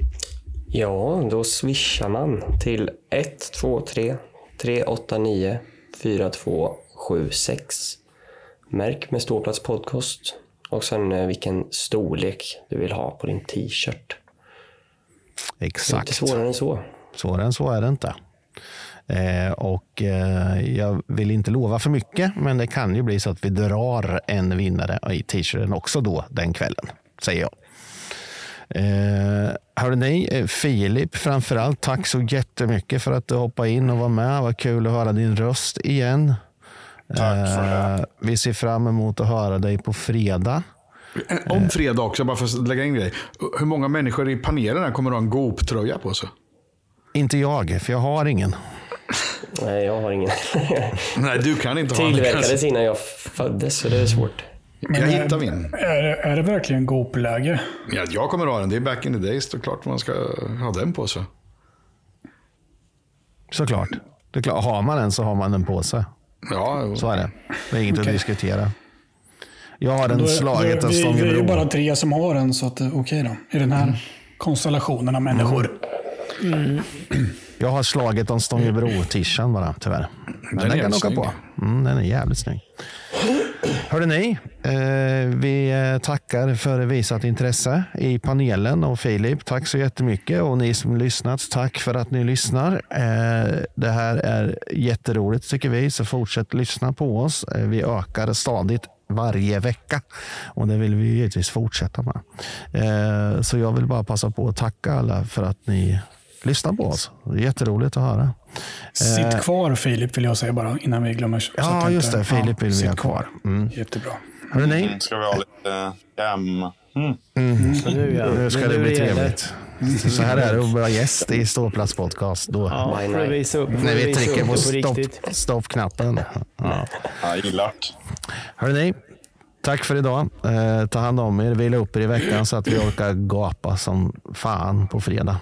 Ja, då swishar man till ett två tre tre åtta nio fyra två sju sex. Märk med ståplats podcast och sen vilken storlek du vill ha på din t-shirt. Exakt. Det är inte svårare än så. Svårare än så är det inte. Eh, och eh, jag vill inte lova för mycket, men det kan ju bli så att vi drar en vinnare i t-shirten också då den kvällen, säger jag. Eh, hörde ni, Filip framförallt, tack så jättemycket för att du hoppade in och var med. Vad kul att höra din röst igen. Tack för det. Eh, vi ser fram emot att höra dig på fredag. Om fredag också, bara för att lägga in grej. Hur många människor i panelen här kommer att ha en Goop-tröja på sig? Inte jag, för jag har ingen. Nej, jag har ingen. Nej, du kan inte ha en. Tillverkades innan jag föddes, så det är svårt. Men jag hittar min. Är, är det verkligen Goop-läge? Ja, jag kommer att ha den. Det är back in the days. Det är klart man ska ha den på sig. Såklart. Det är klart. Har man den så har man den på sig. Ja, så är det. Det är inget okay. att diskutera. Jag har den då, slaget då, en vi, Stångebro. Vi är ju bara tre som har den, så att okej okay då. I den här mm. konstellationen av människor. Mm. Jag har slaget om Stångebro-tishan bara, tyvärr. Men den, den kan åka på. Mm, den är jävligt snygg. Hörde ni, eh, vi tackar för visat intresse i panelen, och Filip, tack så jättemycket, och ni som lyssnat, tack för att ni lyssnar. Eh, det här är jätteroligt tycker vi, så fortsätt lyssna på oss. Eh, vi ökar stadigt varje vecka och det vill vi givetvis fortsätta med. Eh, så jag vill bara passa på att tacka alla för att ni lyssnar på oss. Det är jätteroligt att höra. Sitt kvar Filip, vill jag säga bara innan vi glömmer. Ja, just det. Filip ja, vill vi ha kvar. Mm. Jättebra. Hörde ni? Mm, ska vi ha lite hem? Mm. Mm. Nu, ja. nu ska nu det bli trevligt. Mm. Så här är det att vara gäst i Ståplats podcast. Då. Ja, får visa upp, när vi trycker på stopp, stoppknappen. Ja. Ja, gillar. Hörde ni? Tack för idag. Eh, ta hand om er. Vila upp er i veckan så att vi orkar gapa som fan på fredag.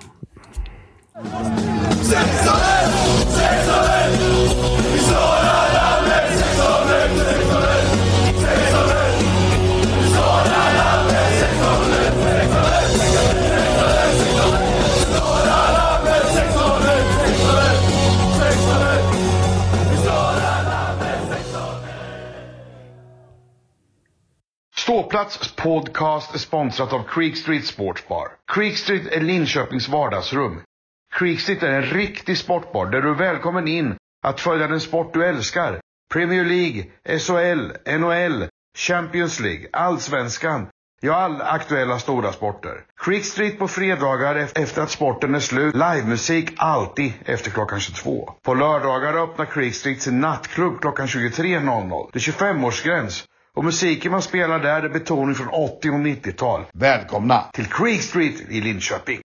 Ståplats podcast är sponsrat av Creek Street Sportsbar. Creek Street är Linköpings vardagsrum. Creek Street är en riktig sportbar där du är välkommen in att följa den sport du älskar. Premier League, S H L, N H L, Champions League, Allsvenskan. Ja, alla aktuella stora sporter. Creek Street på fredagar efter att sporten är slut. Livemusik alltid efter klockan tjugotvå. På lördagar öppnar Creek Street sin nattklubb klockan tjugotre noll noll. Det är tjugofemårsgräns. Och musiken man spelar där är betoning från åttio- och nittiotal. Välkomna till Creek Street i Linköping.